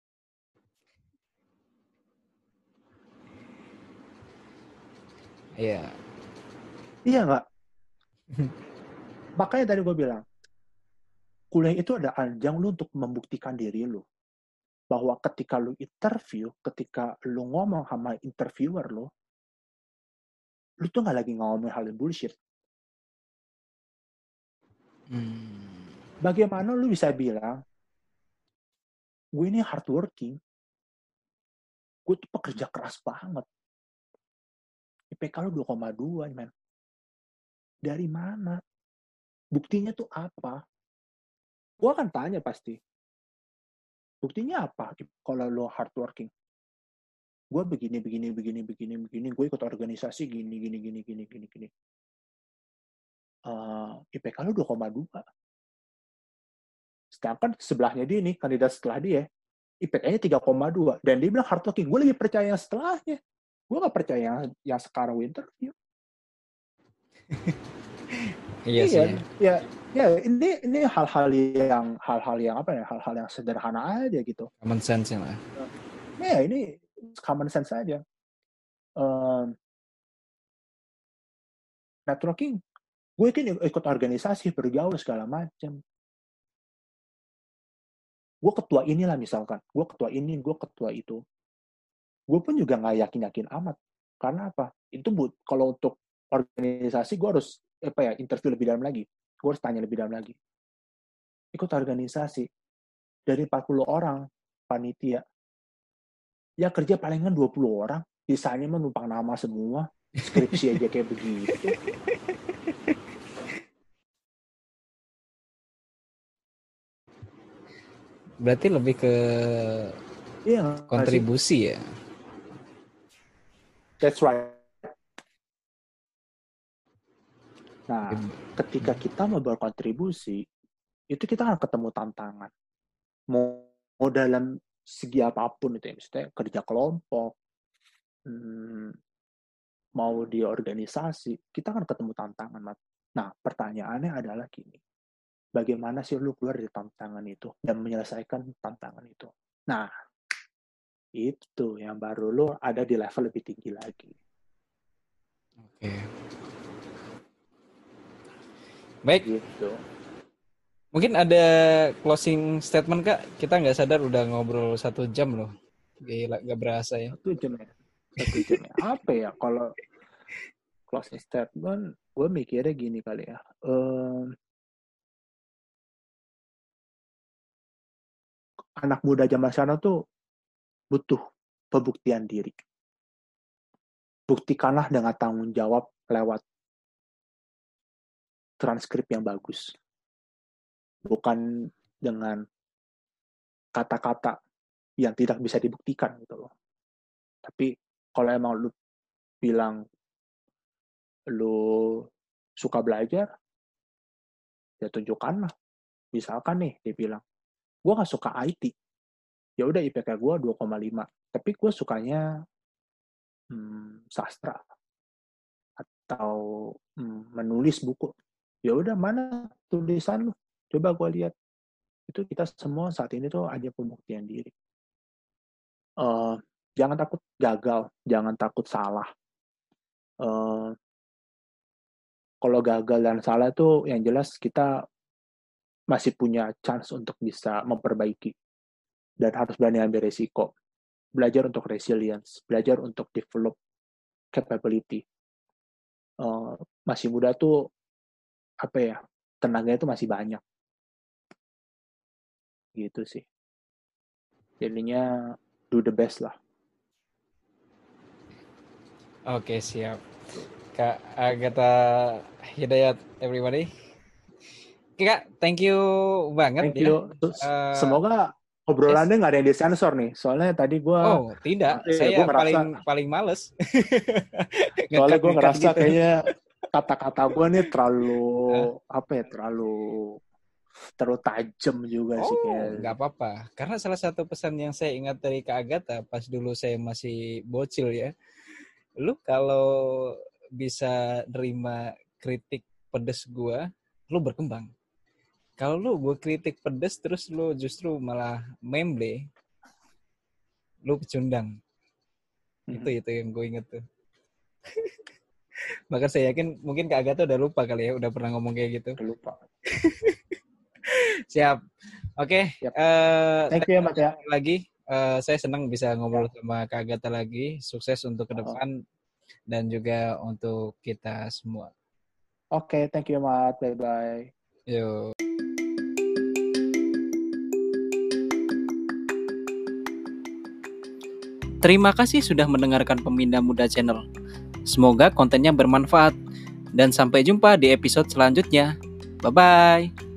Iya. Iya nggak? Makanya tadi gue bilang, kuliah itu ada ajang lu untuk membuktikan diri lu. Bahwa ketika lu interview, ketika lu ngomong sama interviewer lu, lu tuh nggak lagi ngomongin hal yang bullshit. Hmm. Bagaimana lu bisa bilang, gue ini hardworking, gue tuh pekerja keras banget. I P K lu dua koma dua, men. Dari mana? Buktinya tuh apa? Gue akan tanya pasti. Buktinya apa kalau lo hardworking? Gue begini, begini, begini, begini, begini. Gue ikut organisasi gini, gini, gini, gini, gini, gini. Uh, I P K lo dua koma dua. Sedangkan sebelahnya dia nih, kandidat setelah dia, I P K-nya tiga koma dua. Dan dia bilang hardworking. Gue lebih percaya yang setelahnya. Gue gak percaya yang, yang sekarang interview. Iya sih. Iya, ya, ya ini ini hal-hal yang hal-hal yang apa ya, hal-hal yang sederhana aja gitu. Common sense lah. Ya ini common sense aja. Um, networking, gue kan ikut organisasi, bergaul segala macam. Gue ketua inilah misalkan, gue ketua ini, gue ketua itu. Gue pun juga nggak yakin-yakin amat. Karena apa? Itu but kalau untuk organisasi gue harus apa ya interview lebih dalam lagi. Gue harus tanya lebih dalam lagi. Ikut organisasi dari empat puluh orang panitia. Ya kerja palingan dua puluh orang. Sisanya mah numpang nama semua. Skripsi aja kayak begitu. Berarti lebih ke iya, kontribusi ya. That's right. Nah, ketika kita mau berkontribusi, itu kita akan ketemu tantangan. Mau, mau dalam segi apapun itu ya, misalnya kerja kelompok, hmm, mau di organisasi, kita akan ketemu tantangan. Nah, pertanyaannya adalah gini, bagaimana sih lu keluar dari tantangan itu dan menyelesaikan tantangan itu? Nah, itu yang baru lu ada di level lebih tinggi lagi. Oke. Baik. Gitu. Mungkin ada closing statement Kak? Kita nggak sadar udah ngobrol satu jam loh. Gila, nggak berasa ya. Satu jam ya. Satu jam ya. Apa ya kalau closing statement? Gue mikirnya gini kali ya. Um, anak muda zaman sekarang tuh butuh pembuktian diri. Buktikanlah dengan tanggung jawab lewat transkrip yang bagus. Bukan dengan kata-kata yang tidak bisa dibuktikan gitu loh. Tapi kalau emang lu bilang lu suka belajar, ya tunjukkanlah. Misalkan nih, dia bilang, gue gak suka I T. Ya udah I P K gue dua koma lima. Tapi gue sukanya hmm, sastra. Atau hmm, menulis buku. Ya udah mana tulisan lu? Coba gue lihat. Itu kita semua saat ini tuh ada pembuktian diri. Uh, jangan takut gagal. Jangan takut salah. Uh, kalau gagal dan salah itu yang jelas kita masih punya chance untuk bisa memperbaiki. Dan harus berani ambil resiko. Belajar untuk resilience. Belajar untuk develop capability. Uh, masih muda tuh apa ya, tenaganya tuh masih banyak. Gitu sih. Jadinya do the best lah. Oke, siap. Kak Agatha Hidayat, everybody. Oke Kak, thank you banget. Thank you. Ya. Semoga obrolannya nggak yes. ada yang disensor nih. Soalnya tadi gue... Oh, tidak. Eh, saya ngerasa, paling paling males. Soalnya gue ngerasa gitu. Kayaknya kata-kata gue nih terlalu... apa ya, terlalu... terlalu tajam juga oh, sih. Oh, nggak apa-apa. Karena salah satu pesan yang saya ingat dari Kak Agatha pas dulu saya masih bocil ya. Lu kalau bisa nerima kritik pedes gue, lu berkembang. Kalau lu gue kritik pedes terus lu justru malah memble, lu pecundang. Hmm. Itu itu yang gue inget tuh. Maka saya yakin mungkin Kak Agatha udah lupa kali ya, udah pernah ngomong kayak gitu. Udah lupa. Siap. Oke. Okay. Yep. Uh, Thank you ya Mas ya. Lagi, uh, saya senang bisa ngobrol yeah. sama Kak Agatha lagi. Sukses untuk ke depan. Uh-huh. Dan juga untuk kita semua. Oke, okay, thank you, Mat. Bye-bye. Yo. Terima kasih sudah mendengarkan Pemindah Muda Channel. Semoga kontennya bermanfaat. Dan sampai jumpa di episode selanjutnya. Bye-bye.